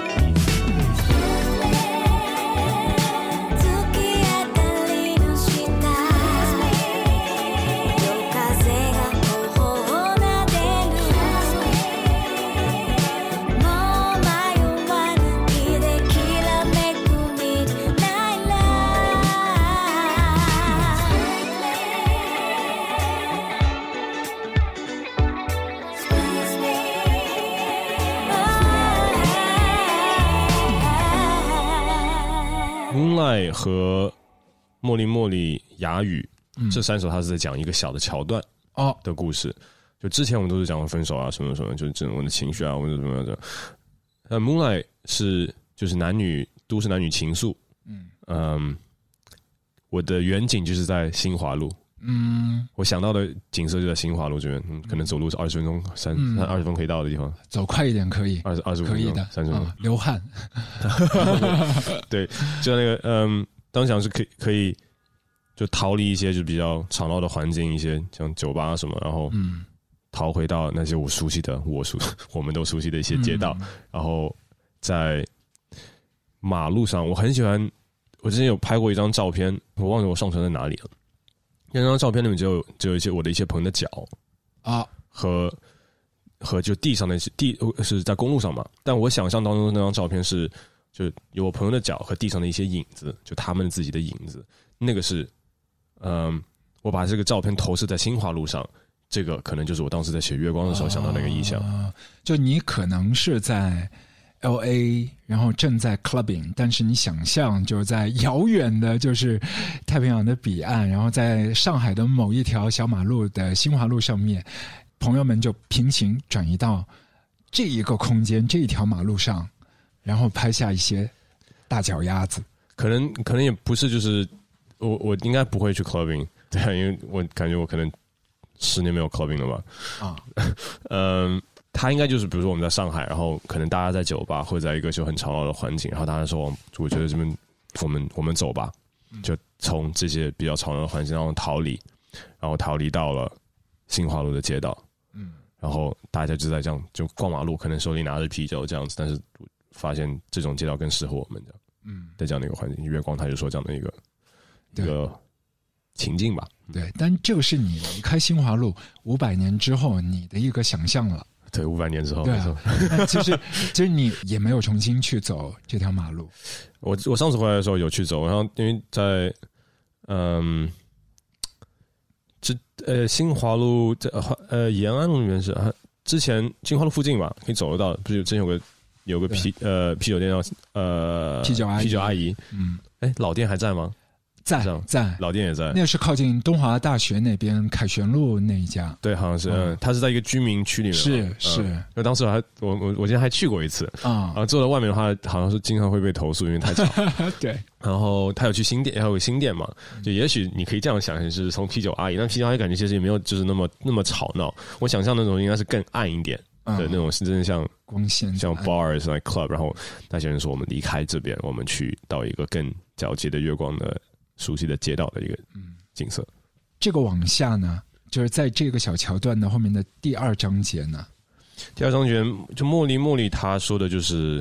Moonlight 和茉莉茉莉哑语、嗯、这三首，它是在讲一个小的桥段的故事。哦、就之前我们都是讲分手啊，什么什么，就是这种的情绪啊，或者什么的。那 Moonlight 是就是男女都市男女情愫。嗯嗯，我的远景就是在新华路。嗯，我想到的景色就在新华路这边，嗯，可能走路是二十分钟，三二十分可以到的地方。 走快一点可以， 二十二十五分钟，可以的，三十分钟、 啊、流汗。 对，就那个嗯，当想是可以可以就逃离一些就比较吵闹的环境，一些像酒吧什么，然后嗯，逃回到那些我熟悉的，我熟我们都熟悉的一些街道，嗯、然后在马路上，我很喜欢。我之前有拍过一张照片，我忘记我上传在哪里了。那张照片里面只有只有一些我的一些朋友的脚啊，和和就地上的地是在公路上嘛，但我想象当中的那张照片是就有我朋友的脚和地上的一些影子，就他们自己的影子。那个是嗯，我把这个照片投射在新华路上，这个可能就是我当时在写月光的时候想到那个意象。 啊、就你可能是在L A， 然后正在 clubbing， 但是你想象就在遥远的，就是太平洋的彼岸，然后在上海的某一条小马路的新华路上面，朋友们就平行转移到这一个空间这一条马路上，然后拍下一些大脚丫子。 可能可能也不是，就是我我应该不会去 clubbing， 对，因为我感觉我可能十年没有 clubbing 了吧。啊，嗯。他应该就是比如说我们在上海，然后可能大家在酒吧或者在一个就很吵闹的环境，然后大家说我觉得这边我们我们走吧，就从这些比较吵闹的环境然后逃离，然后逃离到了新华路的街道，嗯，然后大家就在这样就逛马路，可能手里拿着啤酒这样子，但是发现这种街道更适合我们的，嗯，在这样的一个环境，月光他就说这样的一个一个情境吧。 对，但这个是你离开新华路五百年之后你的一个想象了。 对，五百年之后， 对啊，其实其实你也没有重新去走这条马路。 我我上次回来的时候有去走，然后因为在嗯，这呃新华路在呃延安路里面是啊，之前新华路附近吧，可以走得到。不是之前有个有个啤呃啤酒店叫呃啤酒阿姨， 啤酒阿姨，嗯，哎，老店还在吗？ 在在， 老店也在。 那是靠近东华大学那边凯旋路那一家。 对，好像是，嗯，它是在一个居民区里面。 是是， 因为当时我还我我我今天还去过一次啊，然后坐在外面的话，好像是经常会被投诉，因为太吵。 对。 然后他有去新店，还有新店嘛，就也许你可以这样想，是从啤酒阿姨，但啤酒阿姨感觉其实也没有就是那么那么吵闹。我想象那种应该是更暗一点的那种，是真的像光线， 像 bars like club。然后那些人说我们离开这边，我们去到一个更皎洁的月光的。熟悉的街道的一个景色。嗯、 这个往下呢，就是在这个小桥段的后面的第二章节呢。 第二章节就茉莉茉莉她说的就是，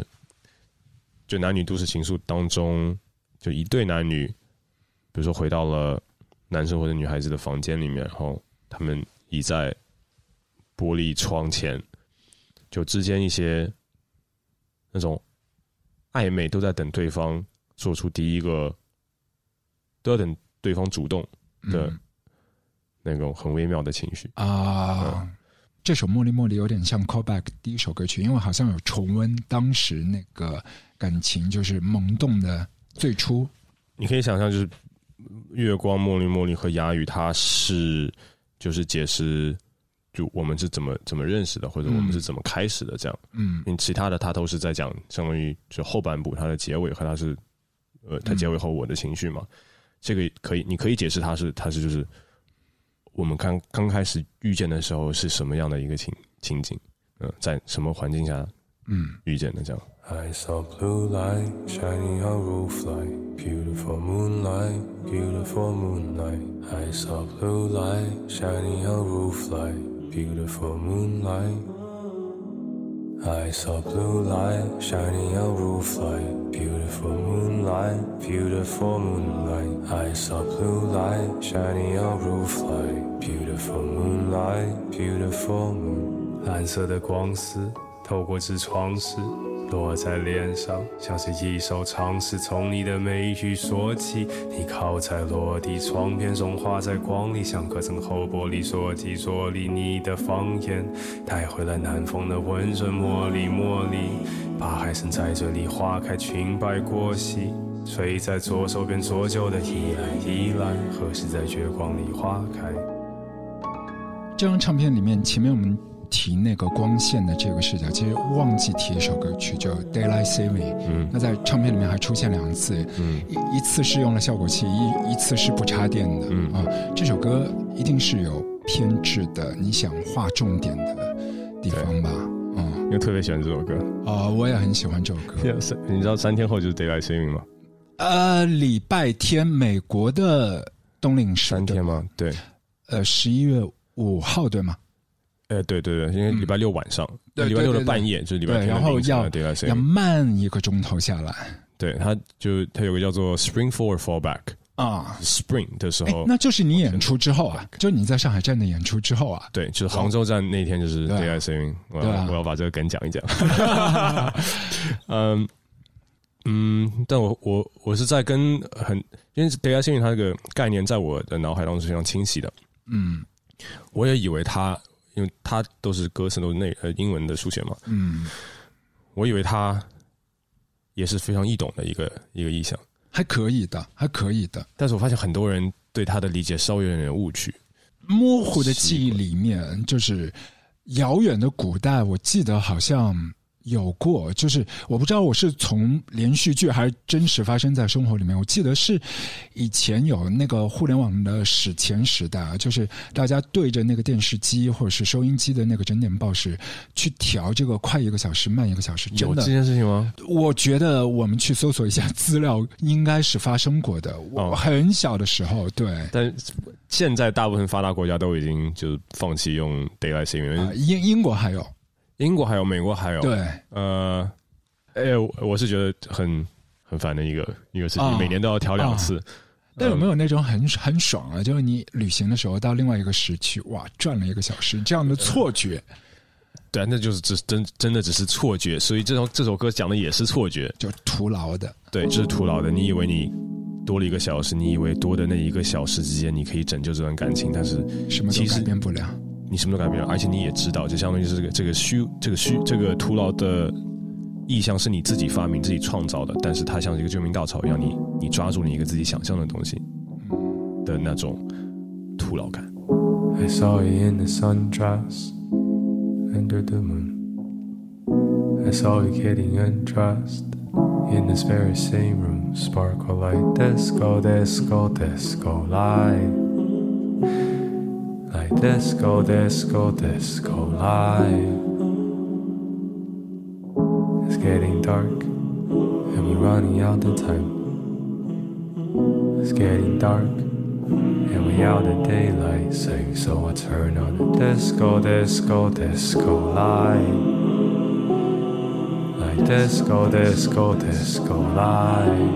就男女都市情愫当中，就一对男女，比如说回到了男生或者女孩子的房间里面，然后他们倚在玻璃窗前，就之间一些那种暧昧，都在等对方做出第一个。都要等对方主动的那种很微妙的情绪啊、嗯， 这首《茉莉茉莉》有点像 callback 第一首歌曲，因为好像有重温当时那个感情，就是萌动的最初。 你可以想象，就是月光、茉莉茉莉和哑语，它是就是解释就我们是怎么怎么认识的，或者我们是怎么开始的这样。嗯，因为其他的它都是在讲相当于就后半部它的结尾和它是呃它结尾后我的情绪嘛。嗯，这个可以，你可以解释它是它是就是我们刚刚开始遇见的时候是什么样的一个情情景，嗯、呃，在什么环境下嗯遇见的这样。 I saw blue light shining on roof light, beautiful moonlight, beautiful moonlight. I saw blue light shining on roof light, beautiful moonlight. I saw blue light shining on roof light, beautiful moonlight, beautiful moonlight. I saw blue light shining on roof light, beautiful moonlight, beautiful moon. 蓝色的光丝透过纸窗时落在脸上，像是一首长诗，从你的每一句说起。你靠在落地窗边，融化在光里，像隔层厚玻璃，说起着离你的方言，带回了南风的温润，茉莉茉莉，把海参在这里花开，裙摆过膝，垂在左手边左右的依赖依赖，何时在月光里花开。 这张唱片里面，前面我们提那个光线的这个视角，其实忘记提一首歌曲叫 Daylight Saving。嗯，那在唱片里面还出现两次，嗯，一一次是用了效果器，一一次是不插电的。嗯啊，这首歌一定是有偏执的，你想划重点的地方吧？嗯， 因为特别喜欢这首歌啊、呃，我也很喜欢这首歌。 你知道三天后就是 Daylight Saving 吗？ 呃，礼拜天，美国的冬令时三天吗？对， 呃，十一月五号对吗？ 呃，对对对，因为礼拜六晚上，嗯、礼拜六的半夜就是礼拜天的然后要要慢一个钟头下来。 对，它就它有个叫做 Spring Forward Fallback 啊 ，Spring 的时候， 那就是你演出之后啊，就你在上海站的演出之后啊。 对，就是杭州站那天就是 Daylight Saving，、啊、我要、啊、我要把这个梗讲一讲。嗯嗯，但我我我是在跟很，因为 Daylight Saving 它这个概念在我的脑海当中是非常清晰的。嗯，我也以为它。因为它都是歌词都是内呃英文的书写嘛，嗯，我以为它也是非常易懂的一个一个意象， 还可以的，还可以的。 但是我发现很多人对它的理解稍微有点误区， 模糊的记忆里面，就是遥远的古代，我记得好像有过，就是我不知道我是从连续剧还是真实发生在生活里面。我记得是以前有那个互联网的史前时代啊，就是大家对着那个电视机或者是收音机的那个整点报时去调这个快一个小时慢一个小时。 有这件事情吗？ 我觉得我们去搜索一下资料，应该是发生过的。我很小的时候，对。 但现在大部分发达国家都已经就放弃用 Daylight Saving，、 啊、英英国还有。 英国还有，美国还有， 对， 呃，哎、欸，我是觉得很很烦的一个一个事情，啊、每年都要调两次。啊、 但有没有那种很很爽啊？就是你旅行的时候到另外一个时区，哇，转了一个小时，这样的错觉？ 对，那就是只真真的只是错觉，所以这首这首歌讲的也是错觉， 就徒劳的。 对，就是徒劳的。你以为你多了一个小时，你以为多的那一个小时之间你可以拯救这段感情，但是什么都改变不了。 你什么都改变了，而且你也知道，就相当于是这个这个虚这个虚这个徒劳的意象是你自己发明、自己创造的，但是它像一个救命稻草一样，你你抓住你一个自己想象的东西的那种徒劳感。 I saw you in the sundress under the moon. I saw you getting undressed in this very same room. Sparkle like disco, disco, disco light.Like disco, disco, disco light. It's getting dark and we're running out of time. It's getting dark and we're out of daylight. Saying so I turn on the disco, disco, disco light. Like disco, disco, disco light.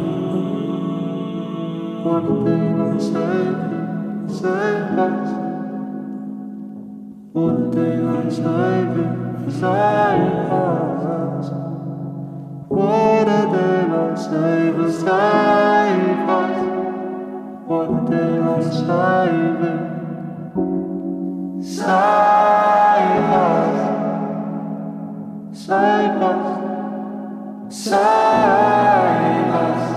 One day save, save us.One day I save it, save us. What a day I save us, save us. One day I save it, save us. save us, save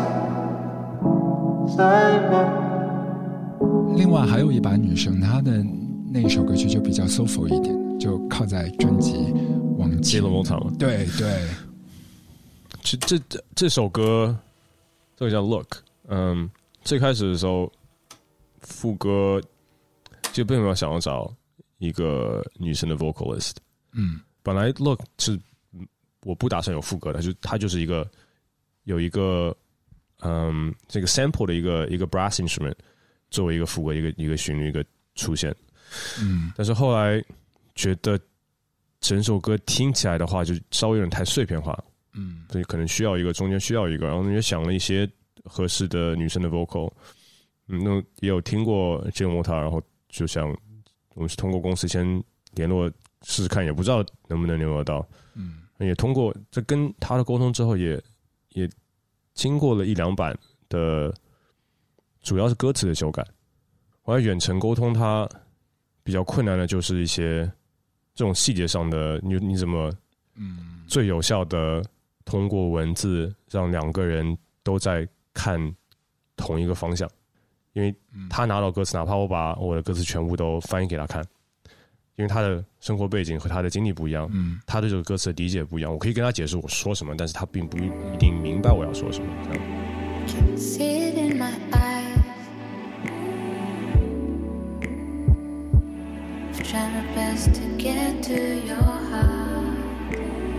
us, save us。 另外还有一把女生，她的那一首歌曲就比较 soulful 一点，就靠在专辑往前。 接龙场了。 对对， 这这这这首歌，这个叫 Look。嗯，最开始的时候，副歌就并没有想要找一个女生的 vocalist。 嗯， 本来 Look 是我不打算有副歌的，就它就是一个有一个嗯这个 sample 的一个一个 brass instrument 作为一个副歌，一个一个旋律一个出现。 嗯， 但是后来觉得整首歌听起来的话，就稍微有点太碎片化。 嗯， 所以可能需要一个中间需要一个，然后也想了一些合适的女生的 vocal。嗯，那也有听过这种 vocal， 然后就想我们是通过公司先联络试试看，也不知道能不能联络到。 嗯， 也通过这跟他的沟通之后也，也也经过了一两版的，主要是歌词的修改。我在远程沟通他比较困难的就是一些这种细节上的，你你怎么嗯最有效的通过文字让两个人都在看同一个方向，因为他拿到歌词，哪怕我把我的歌词全部都翻译给他看，因为他的生活背景和他的经历不一样， 嗯， 他对这个歌词的理解不一样，我可以跟他解释我说什么，但是他并不一定明白我要说什么。这样 Can see it in my eyes. I've tried my best to get to your heart.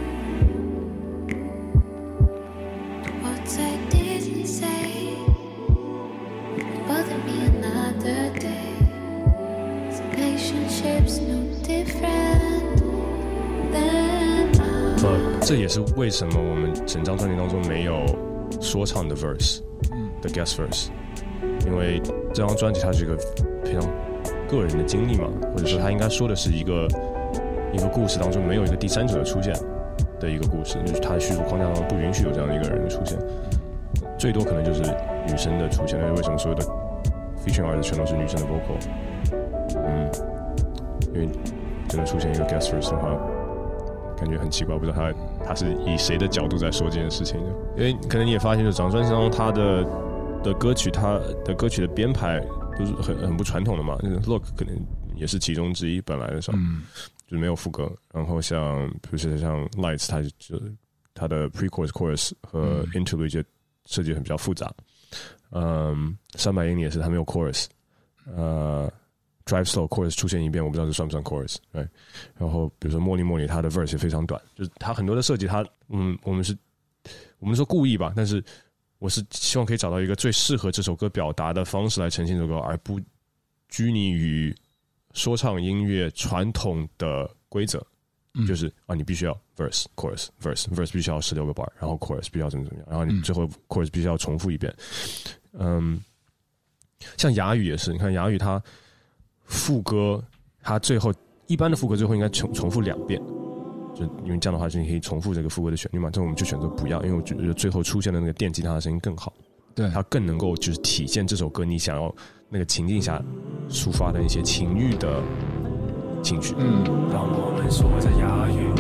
The words I didn't say bother me another day. This relationship's no different than ours. 呃，这也是为什么我们整张专辑当中没有说唱的 verse 的 guest verse，因为这张专辑它是一个非常个人的经历嘛，或者说他应该说的是一个一个故事当中没有一个第三者的出现的一个故事，就是他的叙述框架当中不允许有这样的一个人的出现，最多可能就是女生的出现。那为什么所有的 featuring artist 全都是女生的 vocal？ 嗯，因为真的出现一个 guest verse 的话，感觉很奇怪，不知道他他是以谁的角度在说这件事情的。因为可能你也发现，就整张专辑当中他的的歌曲，他的歌曲的编排都是很很不传统的嘛。Look 可能也是其中之一，本来的时候、嗯、就是没有副歌。然后像比如说像 Lights， 它就它的 pre-chorus、chorus 和 interlude 就设计很比较复杂。嗯，三百英里也是它没有 chorus， 呃。Drive Slow chorus 出现一遍，我不知道这算不算 chorus， 对。然后比如说茉莉茉莉，它的 verse 也非常短，就是它很多的设计，它嗯，我们是我们说故意吧，但是我是希望可以找到一个最适合这首歌表达的方式来呈现这首歌，而不拘泥于说唱音乐传统的规则，嗯、就是啊，你必须要 verse chorus verse verse 必须要十六个 bar， 然后 chorus 必须要怎么怎么样，然后你最后 chorus 必须要重复一遍。嗯，像哑语也是，你看哑语它。副歌，它最后一般的副歌最后应该重重复两遍，就因为这样的话，就你可以重复这个副歌的旋律嘛。这我们就选择不要，因为我觉得最后出现的那个电吉他的声音更好， 对， 它更能够就是体现这首歌你想要那个情境下抒发的一些情欲的情绪。 嗯，让我们说着哑语。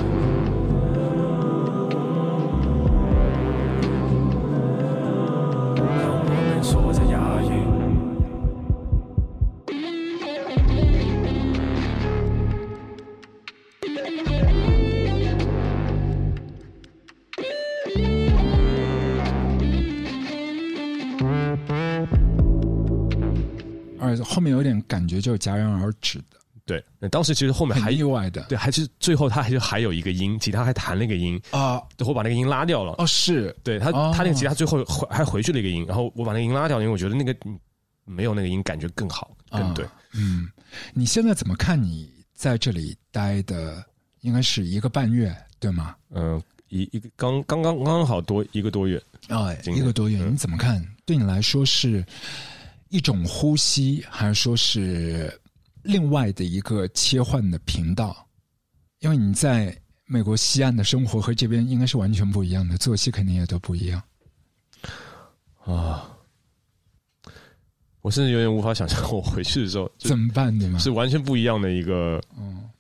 让我们说着哑语。 而后面有点感觉就戛然而止的。 对，那当时其实后面还意外的， 对，还是最后他还就还有一个音，吉他还弹了一个音啊， 我把那个音拉掉了。 哦，是， 对他、哦、他那个吉他最后回还回去了一个音，然后我把那个音拉掉，因为我觉得那个没有那个音感觉更好，更对。 啊、嗯，你现在怎么看你在这里待的？应该是一个半月，对吗？ 嗯、呃，一一个刚刚刚刚好多一个多月啊，一个多月、嗯，你怎么看？对你来说是一种呼吸，还是说是另外的一个切换的频道？因为你在美国西岸的生活和这边应该是完全不一样的，作息肯定也都不一样啊。我甚至有点无法想象我回去的时候怎么办，对吗？ 是完全不一样的一个， 嗯，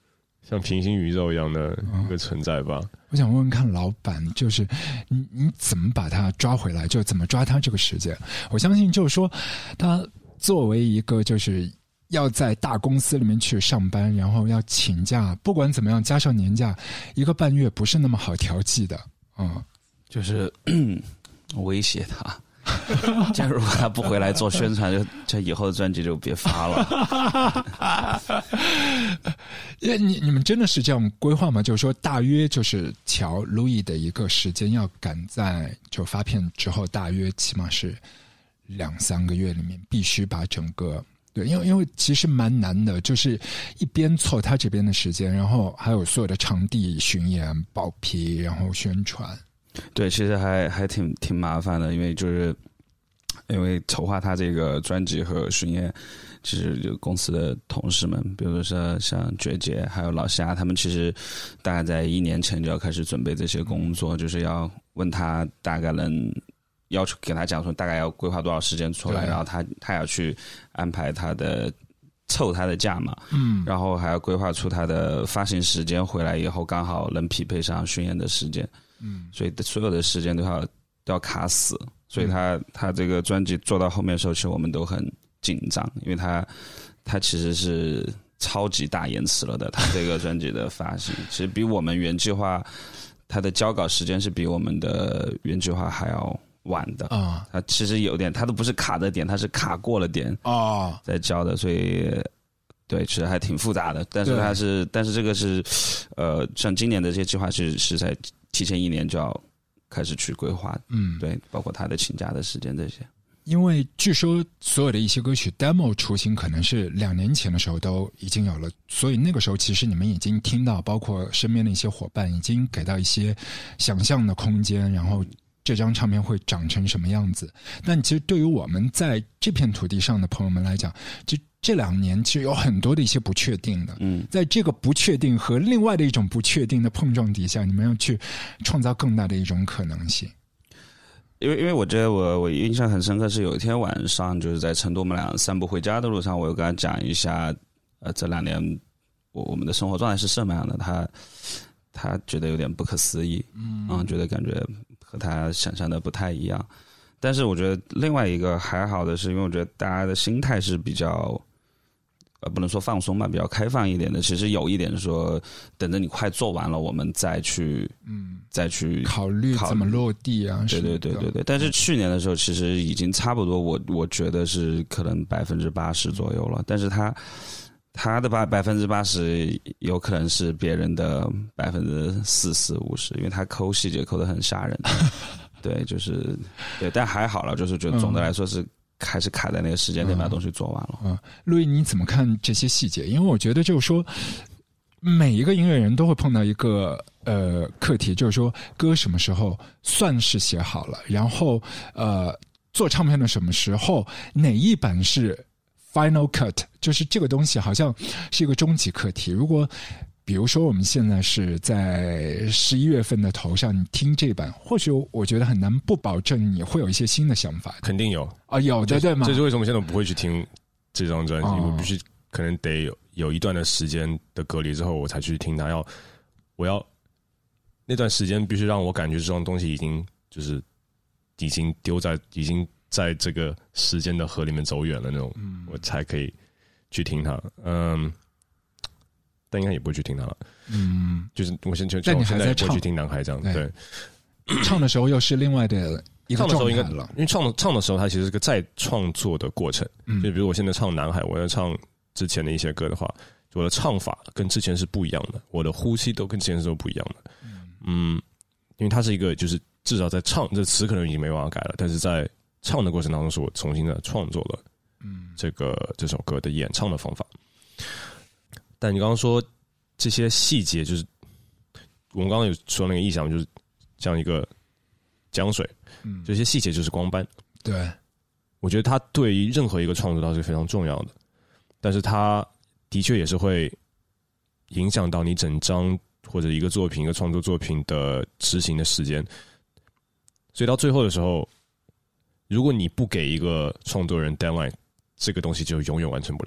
像平行宇宙一样的一个存在吧。 嗯、我想问问看老板，就是你你怎么把他抓回来，就怎么抓他这个时间？我相信就是说，他作为一个就是要在大公司里面去上班，然后要请假，不管怎么样加上年假，一个半月不是那么好调剂的。嗯， 就是威胁他。假如他不回来做宣传，就这以后的专辑就别发了。 因为你你们真的是这样规划吗？就是说，大约就是乔路易的一个时间要赶在就发片之后，大约起码是两三个月里面，必须把整个对，因为因为其实蛮难的，就是一边凑他这边的时间，然后还有所有的场地巡演、报批，然后宣传。 对，其实还还挺挺麻烦的，因为就是因为筹划他这个专辑和巡演，其实就公司的同事们，比如说像爵杰还有老夏，他们其实大概在一年前就要开始准备这些工作，就是要问他大概能要求给他讲说大概要规划多少时间出来，然后他他要去安排他的凑他的假嘛，嗯，然后还要规划出他的发行时间，回来以后刚好能匹配上巡演的时间。嗯，所以所有的时间都要都要卡死，所以他、嗯、他这个专辑做到后面的时候，其实我们都很紧张，因为他他其实是超级大延迟了的，他这个专辑的发行，其实比我们原计划，他的交稿时间是比我们的原计划还要晚的啊。他其实有点，他都不是卡的点，他是卡过了点啊，在交的，所以。对，其实还挺复杂的，但是它是，但是这个是，呃，像今年的这些计划是是在提前一年就要开始去规划，嗯，对，包括他的请假的时间这些。 因为据说所有的一些歌曲 demo 雏形可能是两年前的时候都已经有了，所以那个时候其实你们已经听到，包括身边的一些伙伴已经给到一些想象的空间，然后这张唱片会长成什么样子。但其实对于我们在这片土地上的朋友们来讲，就这两年其实有很多的一些不确定的，嗯，在这个不确定和另外的一种不确定的碰撞底下，你们要去创造更大的一种可能性。 因为因为我觉得我我印象很深刻是有一天晚上就是在成都我们俩散步回家的路上，我有跟他讲一下，呃，这两年我我们的生活状态是什么样的，他他觉得有点不可思议，嗯，嗯觉得感觉和他想象的不太一样。但是我觉得另外一个还好的是，因为我觉得大家的心态是比较。呃，不能说放松吧，比较开放一点的。其实有一点说，等着你快做完了，我们再去，嗯，再去考虑怎么落地啊。 对对对对对。但是去年的时候，其实已经差不多我，我我觉得是可能百分之八十左右了。但是他他的百百分之八十有可能是别人的百分之四十五十，因为他抠细节抠得很吓人。对，就是对，但还好了，就是觉得总的来说是。还是卡在那个时间点把东西做完了。 嗯，路易，你怎么看这些细节？因为我觉得就是说，每一个音乐人都会碰到一个呃课题，就是说歌什么时候算是写好了，然后呃做唱片的什么时候哪一版是 final cut， 就是这个东西好像是一个终极课题。如果比如说我们现在是在十一月份的头上，你听这版，或许我觉得很难不保证你会有一些新的想法。 肯定有啊，有的对吗？ 这是为什么现在我不会去听这张专辑，哦、我必须可能得有有一段的时间的隔离之后，我才去听它。要我要那段时间必须让我感觉这种东西已经就是已经丢在已经在这个时间的河里面走远了那种，嗯、我才可以去听它。嗯。但应该也不会去听他了，嗯，就是我现在， 但你还在唱， 不会去听男孩这样，对，对唱的时候又是另外的一个状态了， 因为唱唱的时候，它其实是个再创作的过程，嗯，就比如我现在唱男孩，我在唱之前的一些歌的话，我的唱法跟之前是不一样的，我的呼吸都跟之前是都不一样的，嗯，因为它是一个，就是至少在唱这词可能已经没办法改了，但是在唱的过程当中，是我重新的创作了，嗯，这个这首歌的演唱的方法。但你刚刚说这些细节，就是我们刚刚有说那个意象，就是像一个江水，嗯，这些细节就是光斑。 对， 我觉得它对于任何一个创作都是非常重要的，但是它的确也是会影响到你整张或者一个作品、一个创作作品的执行的时间。所以到最后的时候，如果你不给一个创作人 deadline， 这个东西就永远完成不了。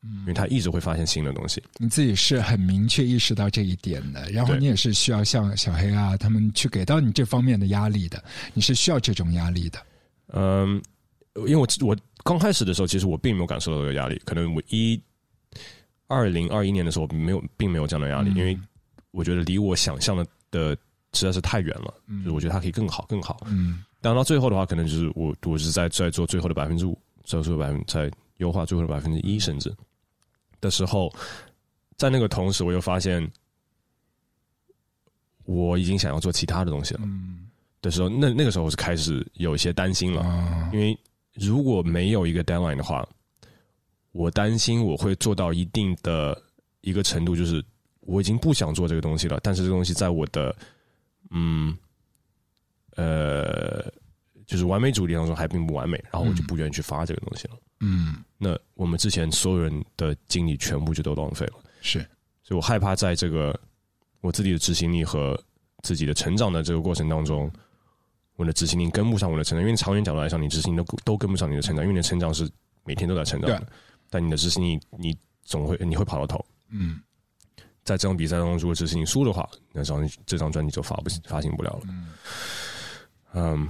因为他一直会发现新的东西。 你自己是很明确意识到这一点的，然后你也是需要像小黑啊他们去给到你这方面的压力的，你是需要这种压力的。 嗯，因为我我刚开始的时候，其实我并没有感受到这个压力，可能我一二零二一年的时候没有，并没有这样的压力，嗯、因为我觉得离我想象的的实在是太远了，嗯、就是我觉得它可以更好更好。嗯，但到最后的话，可能就是我我是在在做最后的百分之五，在做百分在优化最后的百分之一，甚至的时候，在那个同时，我又发现我已经想要做其他的东西了。嗯，的时候，那那个时候我是开始有一些担心了，哦、因为如果没有一个 deadline 的话，我担心我会做到一定的一个程度，就是我已经不想做这个东西了，但是这个东西在我的嗯呃就是完美主义当中还并不完美，然后我就不愿意去发这个东西了。嗯，那我们之前所有人的精力全部就都浪费了。 是， 所以我害怕在这个我自己的执行力和自己的成长的这个过程当中，我的执行力跟不上我的成长，因为长远角度来讲，你执行力都都跟不上你的成长，因为你的成长是每天都在成长的，但你的执行力你总会你会跑到头。嗯，在这场比赛当中，如果执行力输的话，那这张这张专辑就发不发行不了了。嗯，嗯，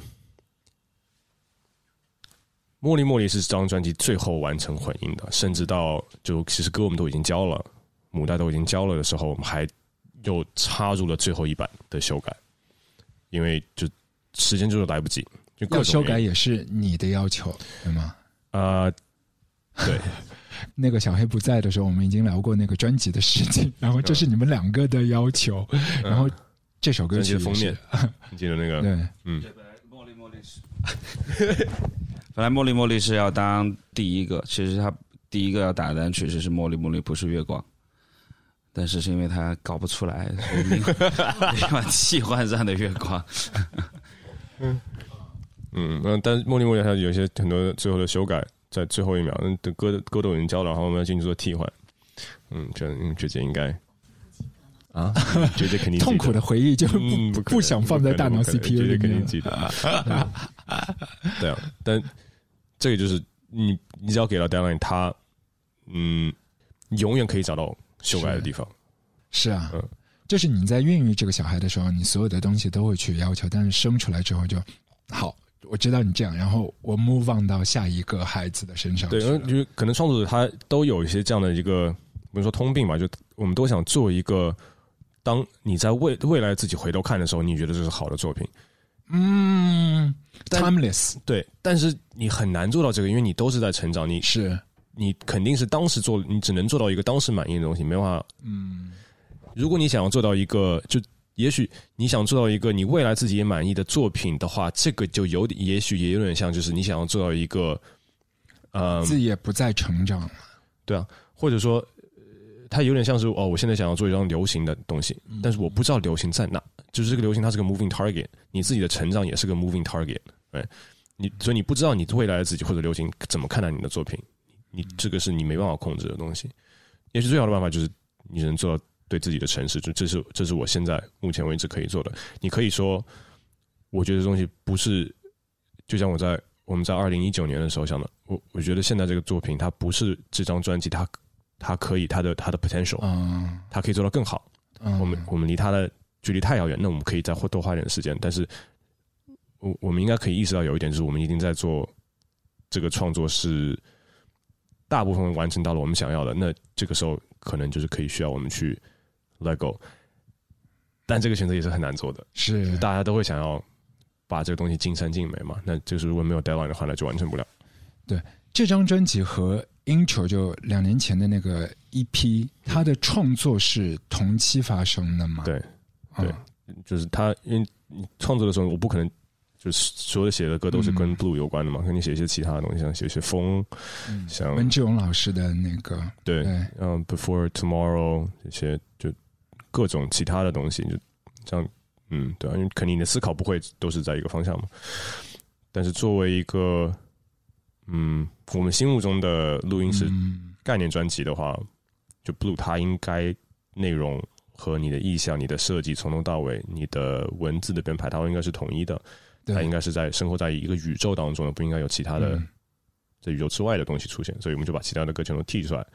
茉莉茉莉是这张专辑最后完成混音的，甚至到就其实歌我们都已经交了，母带都已经交了的时候，我们还又插入了最后一版的修改，因为就时间就是来不及，就各种要修改也是你的要求，对吗？ 啊、呃，对。 那个小黑不在的时候，我们已经聊过那个专辑的事情，然后这是你们两个的要求，嗯、然后这首歌曲的封面，你记得那个？ 对， 嗯。 茉莉茉莉是，本来茉莉茉莉是要当第一个，其实他第一个要打的单曲是茉莉茉莉不是月光。但是是因为他搞不出来，所以另外替换上的月光。 嗯嗯，但是茉莉茉莉它有一些很多最后的修改，在最后一秒，的歌歌都已经交了，然后我们要进去做替换。嗯，这嗯，姐姐应该啊，姐姐肯定痛苦的回忆就不、 嗯、不, 不想放在大脑 C P U 里面， 姐姐肯定记得。对啊，但这个就是你，你只要给到 deadline， 他嗯，永远可以找到修改的地方。 是, 是啊，嗯，就是你在孕育这个小孩的时候，你所有的东西都会去要求，但是生出来之后就好，我知道你这样，然后我 move on 到下一个孩子的身上去。 对，因为就是可能创作者他都有一些这样的一个，比如说通病吧，就我们都想做一个，当你在未未来自己回头看的时候，你觉得这是好的作品。 嗯 ，timeless。 对，但是你很难做到这个，因为你都是在成长，你是。 你肯定是当时做，你只能做到一个当时满意的东西，没办法。嗯，如果你想要做到一个，就也许你想做到一个你未来自己也满意的作品的话，这个就有点，也许也有点像，就是你想要做到一个，呃， 自己也不再成长了。 对啊，或者说，它有点像是哦，我现在想要做一张流行的东西，嗯、但是我不知道流行在哪，就是这个流行它是个 moving target， 你自己的成长也是个 moving target， 对，你所以你不知道你未来的自己或者流行怎么看待你的作品。你这个是你没办法控制的东西，也许最好的办法就是你能做到对自己的诚实，就这是这是我现在目前为止可以做的。你可以说，我觉得这东西不是，就像我在我们在二零一九年的时候想的，我我觉得现在这个作品它不是这张专辑，它它可以它的它的 potential， 嗯，它可以做到更好。嗯，我们我们离它的距离太遥远，那我们可以再多花点时间，但是我我们应该可以意识到有一点，就是我们一定在做这个创作是。大部分完成到了我们想要的，那这个时候可能就是可以需要我们去 let go， 但这个选择也是很难做的， 是大家都会想要把这个东西尽善尽美嘛，那就是如果没有 deadline 的话，那就完成不了。 对，这张专辑和 Intro 就两年前的那个 E P， 它的创作是同期发生的吗？ 对，对，嗯、就是他因为你创作的时候，我不可能。就是所有的写的歌都是跟 Blue 有关的嘛，可、嗯、能写一些其他的东西，像写一些风，嗯、像文志勇老师的那个， 对，嗯 ，Before Tomorrow 这些就各种其他的东西，就这样，嗯，对啊，因为肯定你的思考不会都是在一个方向嘛。但是作为一个，嗯，我们心目中的录音室概念专辑的话，嗯、就 Blue 它应该内容和你的意象、你的设计从头到尾，你的文字的编排，它应该是统一的。它应该是在生活在一个宇宙当中的，不应该有其他的在宇宙之外的东西出现，所以我们就把其他的歌全都剔出来，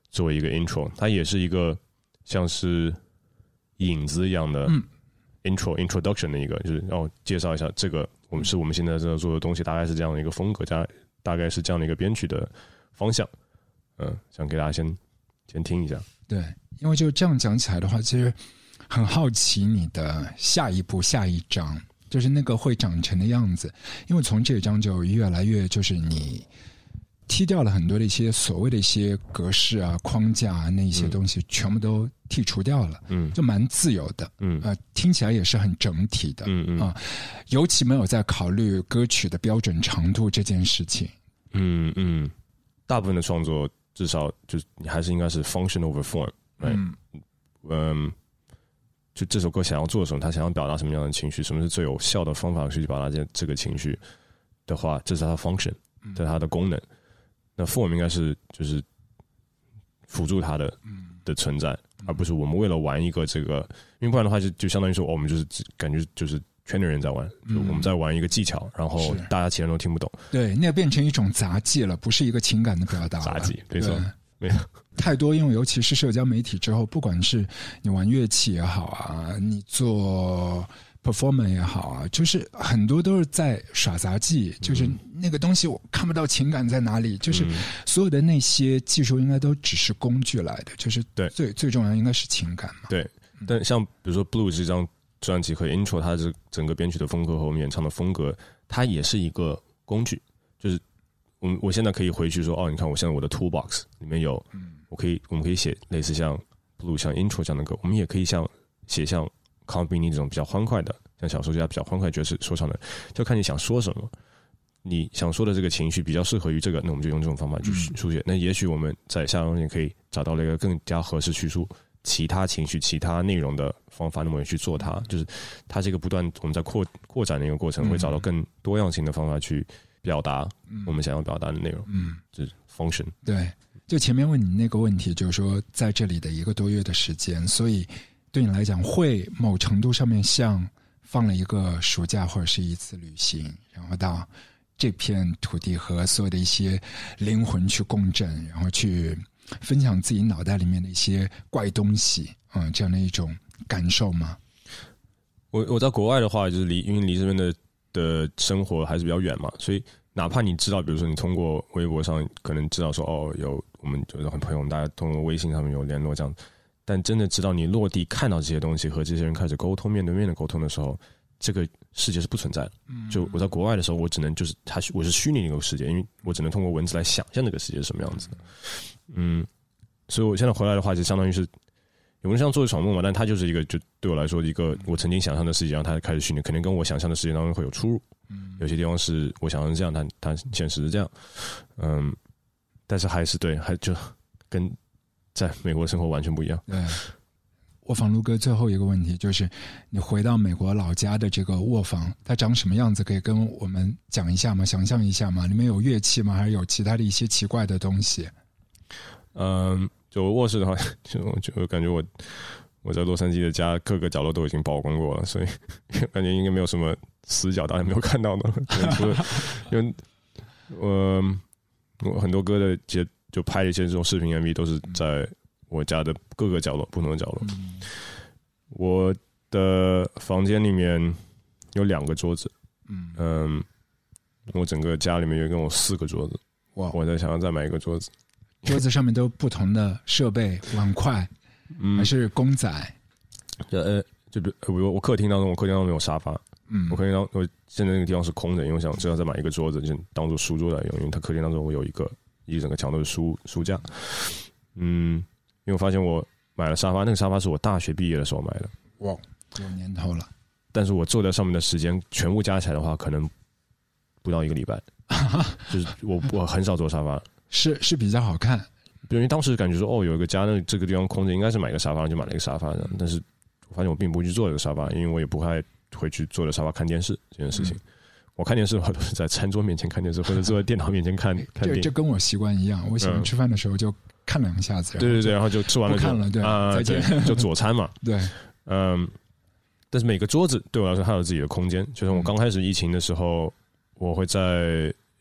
作为一个 intro， 它也是一个像是引子一样的 intro、嗯、introduction 的一个，就是哦介绍一下这个我们是我们现在在做的东西，大概是这样的一个风格，加大概是这样的一个编曲的方向。嗯，想给大家先先听一下。 对，因为就这样讲起来的话，其实很好奇你的下一步、下一章，就是那个会长成的样子。因为从这一章就越来越，就是你踢掉了很多的一些所谓的一些格式啊、框架啊那一些东西，全部都剔除掉了，嗯，就蛮自由的，嗯，呃，听起来也是很整体的，嗯嗯啊，尤其没有在考虑歌曲的标准长度这件事情， 嗯嗯，大部分的创作。至少就你还是应该是 function over form， 嗯，嗯，就这首歌想要做什么，他想要表达什么样的情绪，什么是最有效的方法去表达这这个情绪的话，这是它的 function， 这是它的功能。那 form 应该是就是辅助它的的存在，而不是我们为了玩一个这个，因为不然的话就就相当于说，哦，我们就是感觉就是圈内人在玩，就我们在玩一个技巧，然后大家其他人都听不懂。 对，那变成一种杂技了，不是一个情感的表达了。 杂技，没错，没错。 太多，因为尤其是社交媒体之后，不管是你玩乐器也好啊，你做 performance 也好啊，就是很多都是在耍杂技，就是那个东西我看不到情感在哪里，就是所有的那些技术应该都只是工具来的，就是对最最重要应该是情感嘛。 对，但像比如说 Blue 这张专辑和 intro， 它这整个编曲的风格和我们演唱的风格，它也是一个工具。就是我们我现在可以回去说，哦，你看我现在我的 toolbox 里面有，我可以我们可以写类似像 Blue 像 intro 这样的歌，我们也可以像写像 Count Basie 这种比较欢快的，像小说家比较欢快爵士说唱的，就看你想说什么。你想说的这个情绪比较适合于这个，那我们就用这种方法去书写。那也许我们在下章也可以找到了一个更加合适叙述其他情绪、其他内容的方法，那么去做它，就是它这个不断我们在扩扩展的一个过程，会找到更多样性的方法去表达我们想要表达的内容。嗯，就是 function。 对，就前面问你那个问题，就是说在这里的一个多月的时间，所以对你来讲，会某程度上面像放了一个暑假或者是一次旅行，然后到这片土地和所有的一些灵魂去共振，然后去分享自己脑袋里面的一些怪东西，嗯，这样的一种感受吗？ 我我在国外的话，就是离因为离这边的的生活还是比较远嘛，所以哪怕你知道，比如说你通过微博上可能知道说，哦，有我们有很朋友，大家通过微信上面有联络这样，但真的知道你落地看到这些东西和这些人开始沟通，面对面的沟通的时候，这个世界是不存在的。就我在国外的时候，我只能就是它我是虚拟的一个世界，因为我只能通过文字来想象这个世界是什么样子的。嗯，所以我现在回来的话，就相当于是有人像做一场梦嘛，但它就是一个就对我来说一个我曾经想象的世界，然后它开始虚拟，肯定跟我想象的世界当中会有出入。嗯，有些地方是我想象是这样，但它现实是这样。嗯，但是还是对，还就跟在美国生活完全不一样。 对。卧房卢哥最后一个问题就是，你回到美国老家的这个卧房，它长什么样子？可以跟我们讲一下吗？想象一下吗？里面有乐器吗？还是有其他的一些奇怪的东西？ 嗯，就卧室的话，就就感觉我我在洛杉矶的家各个角落都已经曝光过了，所以感觉应该没有什么死角大家没有看到的。因为呃，我很多歌的节就拍一些这种视频 M V 都是在我家的各个角落，不同的角落。嗯、我的房间里面有两个桌子，嗯, 嗯，我整个家里面有一共有四个桌子。哇！我在想要再买一个桌子， 桌子上面都有不同的设备，碗筷，嗯、还是公仔？ 呃，就比如我客厅当中，我客厅当中有沙发，嗯，我客厅当我现在那个地方是空的，因为我想知道再买一个桌子，就当做书桌来用，因为它客厅当中我有一个一整个墙都是书书架，嗯。因为我发现我买了沙发，那个沙发是我大学毕业的时候买的。 哇，有年头了。 但是我坐在上面的时间全部加起来的话，可能不到一个礼拜。就是我我很少坐沙发， 是是比较好看。 因为当时感觉说，哦，有一个家，那这个地方空着，应该是买个沙发，就买了一个沙发的。但是我发现我并不会去坐这个沙发，因为我也不太会去坐在沙发看电视这件事情。嗯、我看电视的话，都是在餐桌面前看电视，或者坐在电脑面前看看电影。 这这跟我习惯一样，我喜欢吃饭的时候就看两下子。 对对对，然后就吃完了就不看了，对， 啊、 再见， 就佐餐嘛。 对， 嗯。但是每个桌子对我来说，它有自己的空间。就像我刚开始疫情的时候，我会在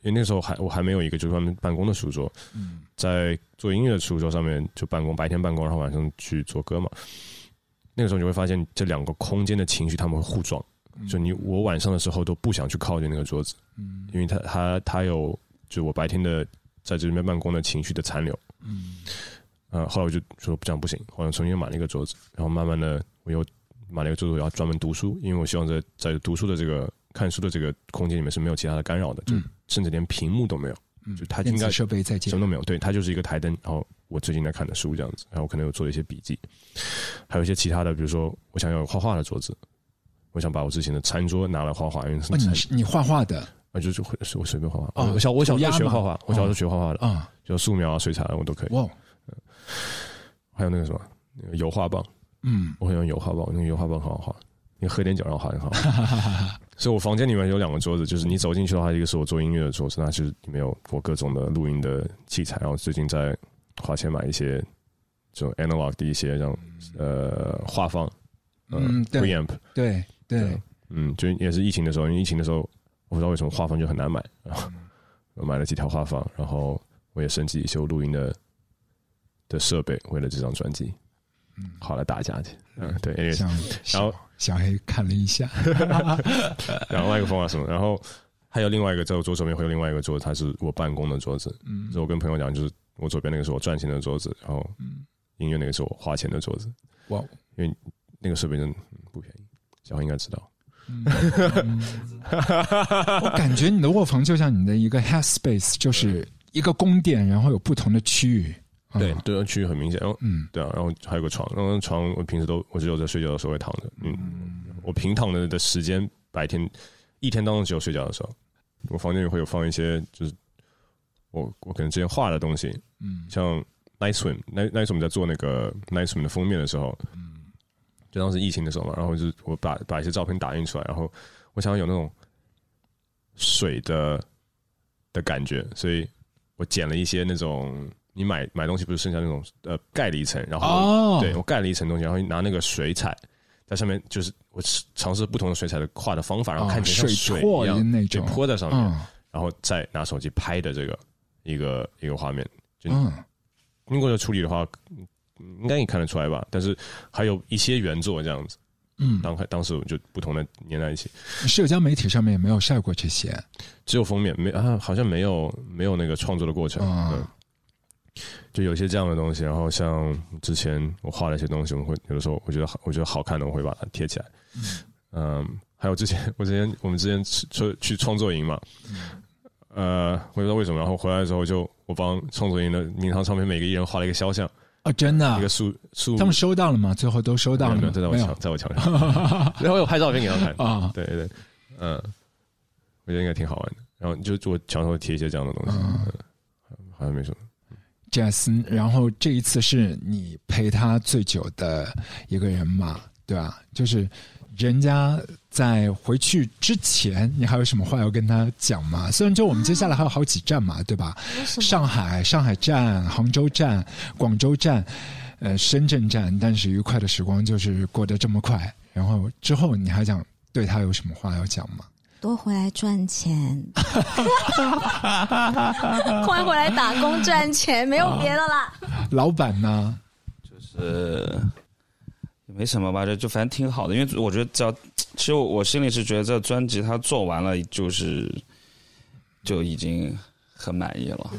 因为那时候还我还没有一个就是专门办公的书桌， 嗯， 在做音乐的书桌上面就办公，白天办公，然后晚上去做歌嘛。那个时候你会发现这两个空间的情绪他们会互撞，嗯、就你我晚上的时候都不想去靠近那个桌子，嗯，因为他他他有就我白天的在这边办公的情绪的残留，嗯，呃，后来我就说这样不行，后来重新买了一个桌子，然后慢慢的我又买了一个桌子，我要专门读书，因为我希望在在读书的这个看书的这个空间里面是没有其他的干扰的，就甚至连屏幕都没有，嗯、就它应该设备再见什么都没有，对，它就是一个台灯，然后我最近在看的书这样子，然后我可能有做了一些笔记，还有一些其他的，比如说我想要有画画的桌子，我想把我之前的餐桌拿来画画，因为哦，你是你画画的啊，就是会我随便画画，哦、我小我小时候学画画，我小时候学画画的啊，就素描啊、水彩啊我都可以。哇，还有那个什么那个油画棒，嗯，我很用油画棒，那个油画棒很好画，你喝点酒然后画很好。所以我房间里面有两个桌子，就是你走进去的话，一个是我做音乐的桌子，那就是里面有我各种的录音的器材，然后最近在花钱买一些这种 analog 的一些这种呃画放， 嗯 preamp， 对对， 嗯，就也是疫情的时候，因为疫情的时候我不知道为什么画放就很难买，然后我买了几条画放，然后我也升级一些录音的的设备，为了这张专辑，嗯，好了大价钱，嗯，对，然后小黑看了一下， 然后麦克风啊什么，然后还有另外一个在我桌子上面会有另外一个桌子，它是我办公的桌子，嗯，所以我跟朋友讲，就是我左边那个是我赚钱的桌子，然后音乐那个是我花钱的桌子，哇，因为那个设备真的不便宜，小黑应该知道。 嗯嗯、我感觉你的卧房就像你的一个 headspace， 就是一个宫殿，然后有不同的区域。 对，对，区域很明显。然后，嗯，对啊，然后还有个床，然后床我平时都我只有在睡觉的时候会躺着。嗯，我平躺的的时间，白天一天当中只有睡觉的时候。我房间里会有放一些，就是我我可能之前画的东西，嗯，像 Night Swim，Night Night Swim 在做那个 Night Swim 的封面的时候，嗯，就当时疫情的时候嘛，然后就我把把一些照片打印出来，然后我想要有那种水的的感觉，所以我剪了一些那种。你买买东西不是剩下那种呃盖了一层，然后、oh. 对我盖了一层东西，然后拿那个水彩在上面，就是我尝试不同的水彩的画的方法，然后看起来像水一样， 那种泼在上面， oh. 然后再拿手机拍的这个一个一个画面，就经过这处理的话，应该也看得出来吧？但是还有一些原作这样子，嗯，当当时我就不同的粘在一起。 社交媒体上面也没有晒过这些， 只有封面，没啊，好像没有没有那个创作的过程。Oh. 嗯就有些这样的东西，然后像之前我画了一些东西，我会有的时候我觉得好，我觉得好看的，我会把它贴起来。嗯，还有之前我之前我们之前去去创作营嘛，呃，我不知道为什么，然后回来的时候就我帮创作营的名堂唱片每个艺人画了一个肖像。 哦，真的、啊？ 一个树树， 他们收到了吗？最后都收到了吗？ 没有，在我墙，在我墙上。然后我有拍照片给他看啊，对对，嗯，我觉得应该挺好玩的。然后就我墙上会贴一些这样的东西，嗯嗯、好像没什么。 Jason， 然后这一次是你陪他最久的一个人嘛，对吧？就是人家在回去之前，你还有什么话要跟他讲吗？虽然就我们接下来还有好几站嘛，对吧？上海、上海站、杭州站、广州站、呃深圳站，但是愉快的时光就是过得这么快。然后之后你还想对他有什么话要讲吗？ 多回来赚钱，快回来打工赚钱，没有别的啦。 老板呢？ 就是也没什么吧，就就反正挺好的，因为我觉得只要，其实我心里是觉得这专辑他做完了，就是就已经很满意了，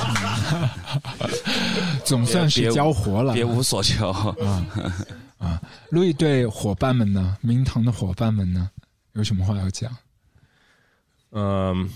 总算是交活了， 别无所求啊啊！路易对伙伴们呢，明堂的伙伴们呢，有什么话要讲？ 嗯，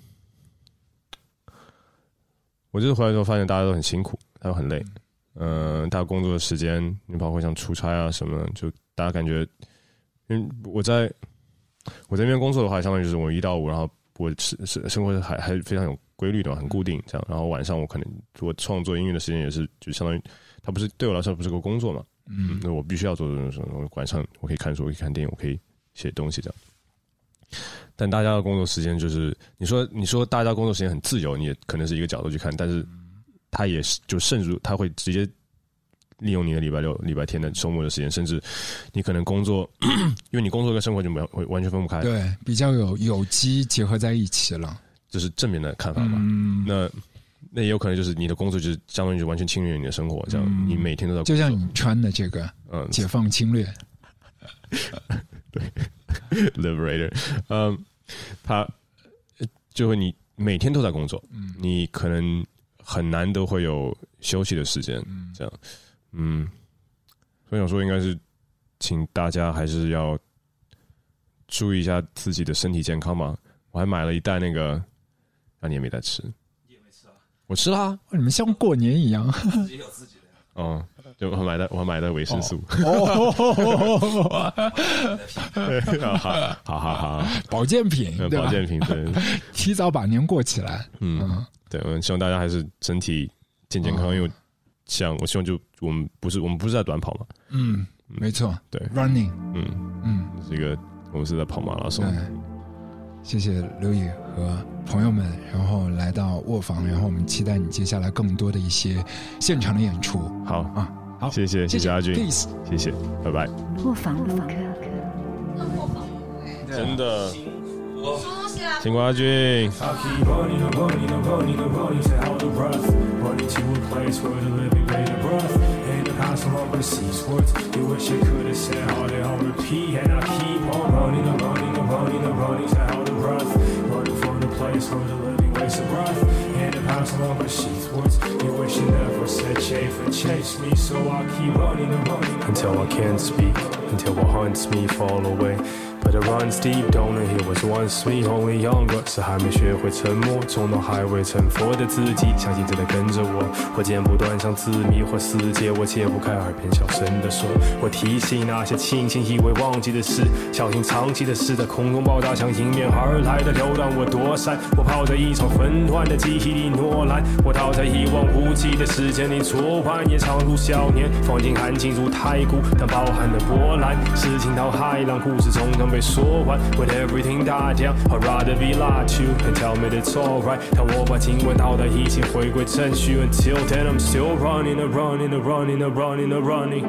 我这次回来之后发现大家都很辛苦，大家都很累。嗯、呃，大家工作的时间，你包括像出差啊什么，就大家感觉，因为我在我在那边工作的话，相当于就是我一到五，然后我是是生活还还非常有规律的，很固定这样。然后晚上我可能我创作音乐的时间也是，就相当于它不是对我来说不是个工作嘛，嗯，那我必须要做这种事。我晚上我可以看书，我可以看电影，我可以写东西这样。但大家的工作时间就是，你说你说大家工作时间很自由，你也可能是一个角度去看，但是他也是就甚至他会直接利用你的礼拜六、礼拜天的周末的时间，甚至你可能工作，因为你工作跟生活就没有会完全分不开， 对，比较有有机结合在一起了。 这是正面的看法嘛。嗯、那那也有可能就是你的工作就是相当于就完全侵略你的生活，这样、嗯、你每天都在工作， 就像你穿的这个，嗯，解放侵略， 对 ，liberator， 嗯，他就会你每天都在工作，嗯，你可能很难都会有休息的时间，嗯，这样，嗯，所以想说应该是请大家还是要注意一下自己的身体健康嘛。我还买了一袋那个，啊，你也没在吃。我吃啦、啊， 你们像过年一样。 自己有自己的。哦，就我买的，我买的维生素。 哦， 好好好好， 保健品，对吧？ 保健品，对， 提早把年过起来。 嗯，嗯对，我希望大家还是身体健健康，哦、因为像我希望就我们不是我们不是在短跑嘛。 嗯，没错， 对 ，running， 嗯嗯，这个我们是在跑马拉松。 谢谢刘宇和朋友们，然后来到卧房，然后我们期待你接下来更多的一些现场的演出。 好啊，好， 谢谢谢谢阿俊，谢谢，拜拜。 卧房录客， 真的，辛苦阿俊。Passing overseas sports, you wish you could have said all that on repeat. And I keep on running and running and running and running to hell the breath. Running from the place where the living waste of breath. And the passing overseas sports, you wish you never said chafe and chase me. So I keep running and running until I can't speak, until what haunts me fall away. But it runs deep, don't it? He was once me, only younger. 是还没学会沉默，总能还未成佛的自己，相信正在跟着我。或剪不断像字谜或世界，我解不开，耳边小声地说。我提醒那些轻轻以为忘记的事，小心长期的事在空中爆炸，像迎面而来的流浪。我躲闪，我泡在一场纷乱的记忆里诺兰，我倒在一望无际的时间里昨晚，也常如少年，放进含情如太古，但饱含的波澜。事情到海浪，故事终将被说完。When everything died down, I'd rather be lied to and tell me it's alright. 当我把经文倒带，一切回归正序。Until then, I'm still running and running and running and running and running.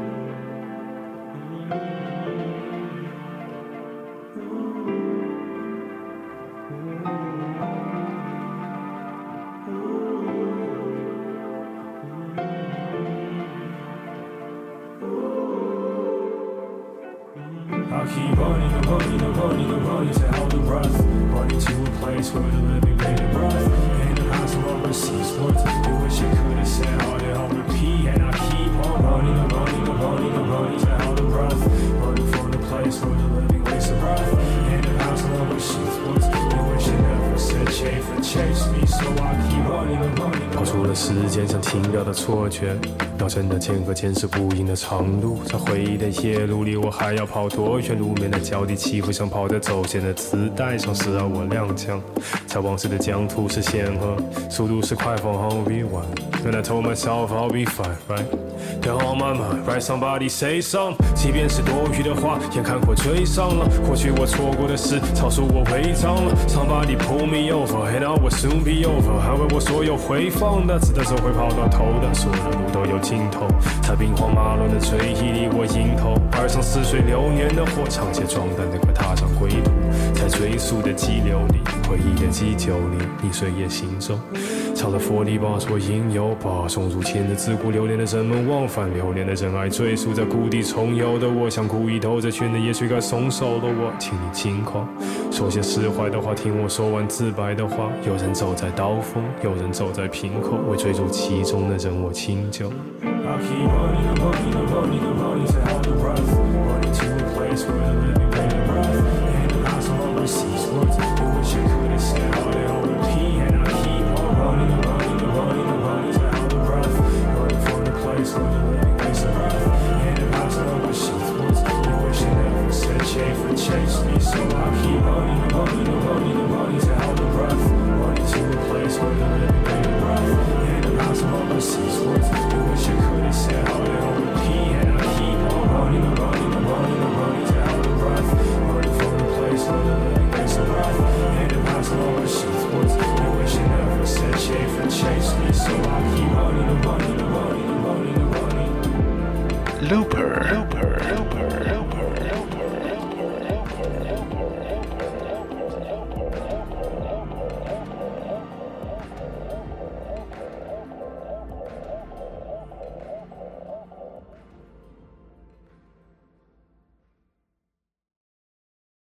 I keep running and running and running and running to hell the breath. Running to a place where the living made a breath. And the past will overseas sports. You wish you could have said all that on repeat. And I keep on running and running and running and running to hell the breath. Running from the place where the living waste of breath. And the past will overseas sports. You wish you never said chafe and chase me. So I keep running and running. 跑出了时间像停掉的错觉，绕针的间隔间是不应的长路，在回忆的夜路里，我还要跑多远？路面的脚底起伏像跑在走线的磁带上，是让我踉跄。在往事的疆土是险恶，速度是快放 I'll be one. Then I told myself I'll be fine, right? They're on my mind, right? Somebody say some. 即便是多余的话，眼看快追上了。过去我错过的事，超出我违章了。Somebody pull me over, and I will soon be over. 捍卫我所有回放的，直到手会跑到头的，所有的路都有尽头。在兵荒马乱的追忆里，我迎头，而上似水流年的火，长街壮胆的快踏上归途。在追溯的激流里，回忆的激酒里，你睡夜行中。唱了佛里把所应有，把送入前的自古流连的人们忘返，流连的真爱追溯在故地重游的我，像故意兜着圈的，也许该松手了我，请你轻狂，说些释怀的话，听我说完自白的话。有人走在刀锋，有人走在瓶口，为追逐其中的人我清酒。I keep running and running and running and running to hell the breath. Running to a place where the living made a breath. And the past will overseas sports. You wish you could have said all that on repeat. And I keep on running and running and running and running to hell the breath. Running from the place where the living makes a breath. And the past will overseas sports. You wish you never said chafe and chase me. So I keep running and running and running and running to hell the breath. Running to a place where the living made a breath. And the past will overseas sports. You wish you could have said all that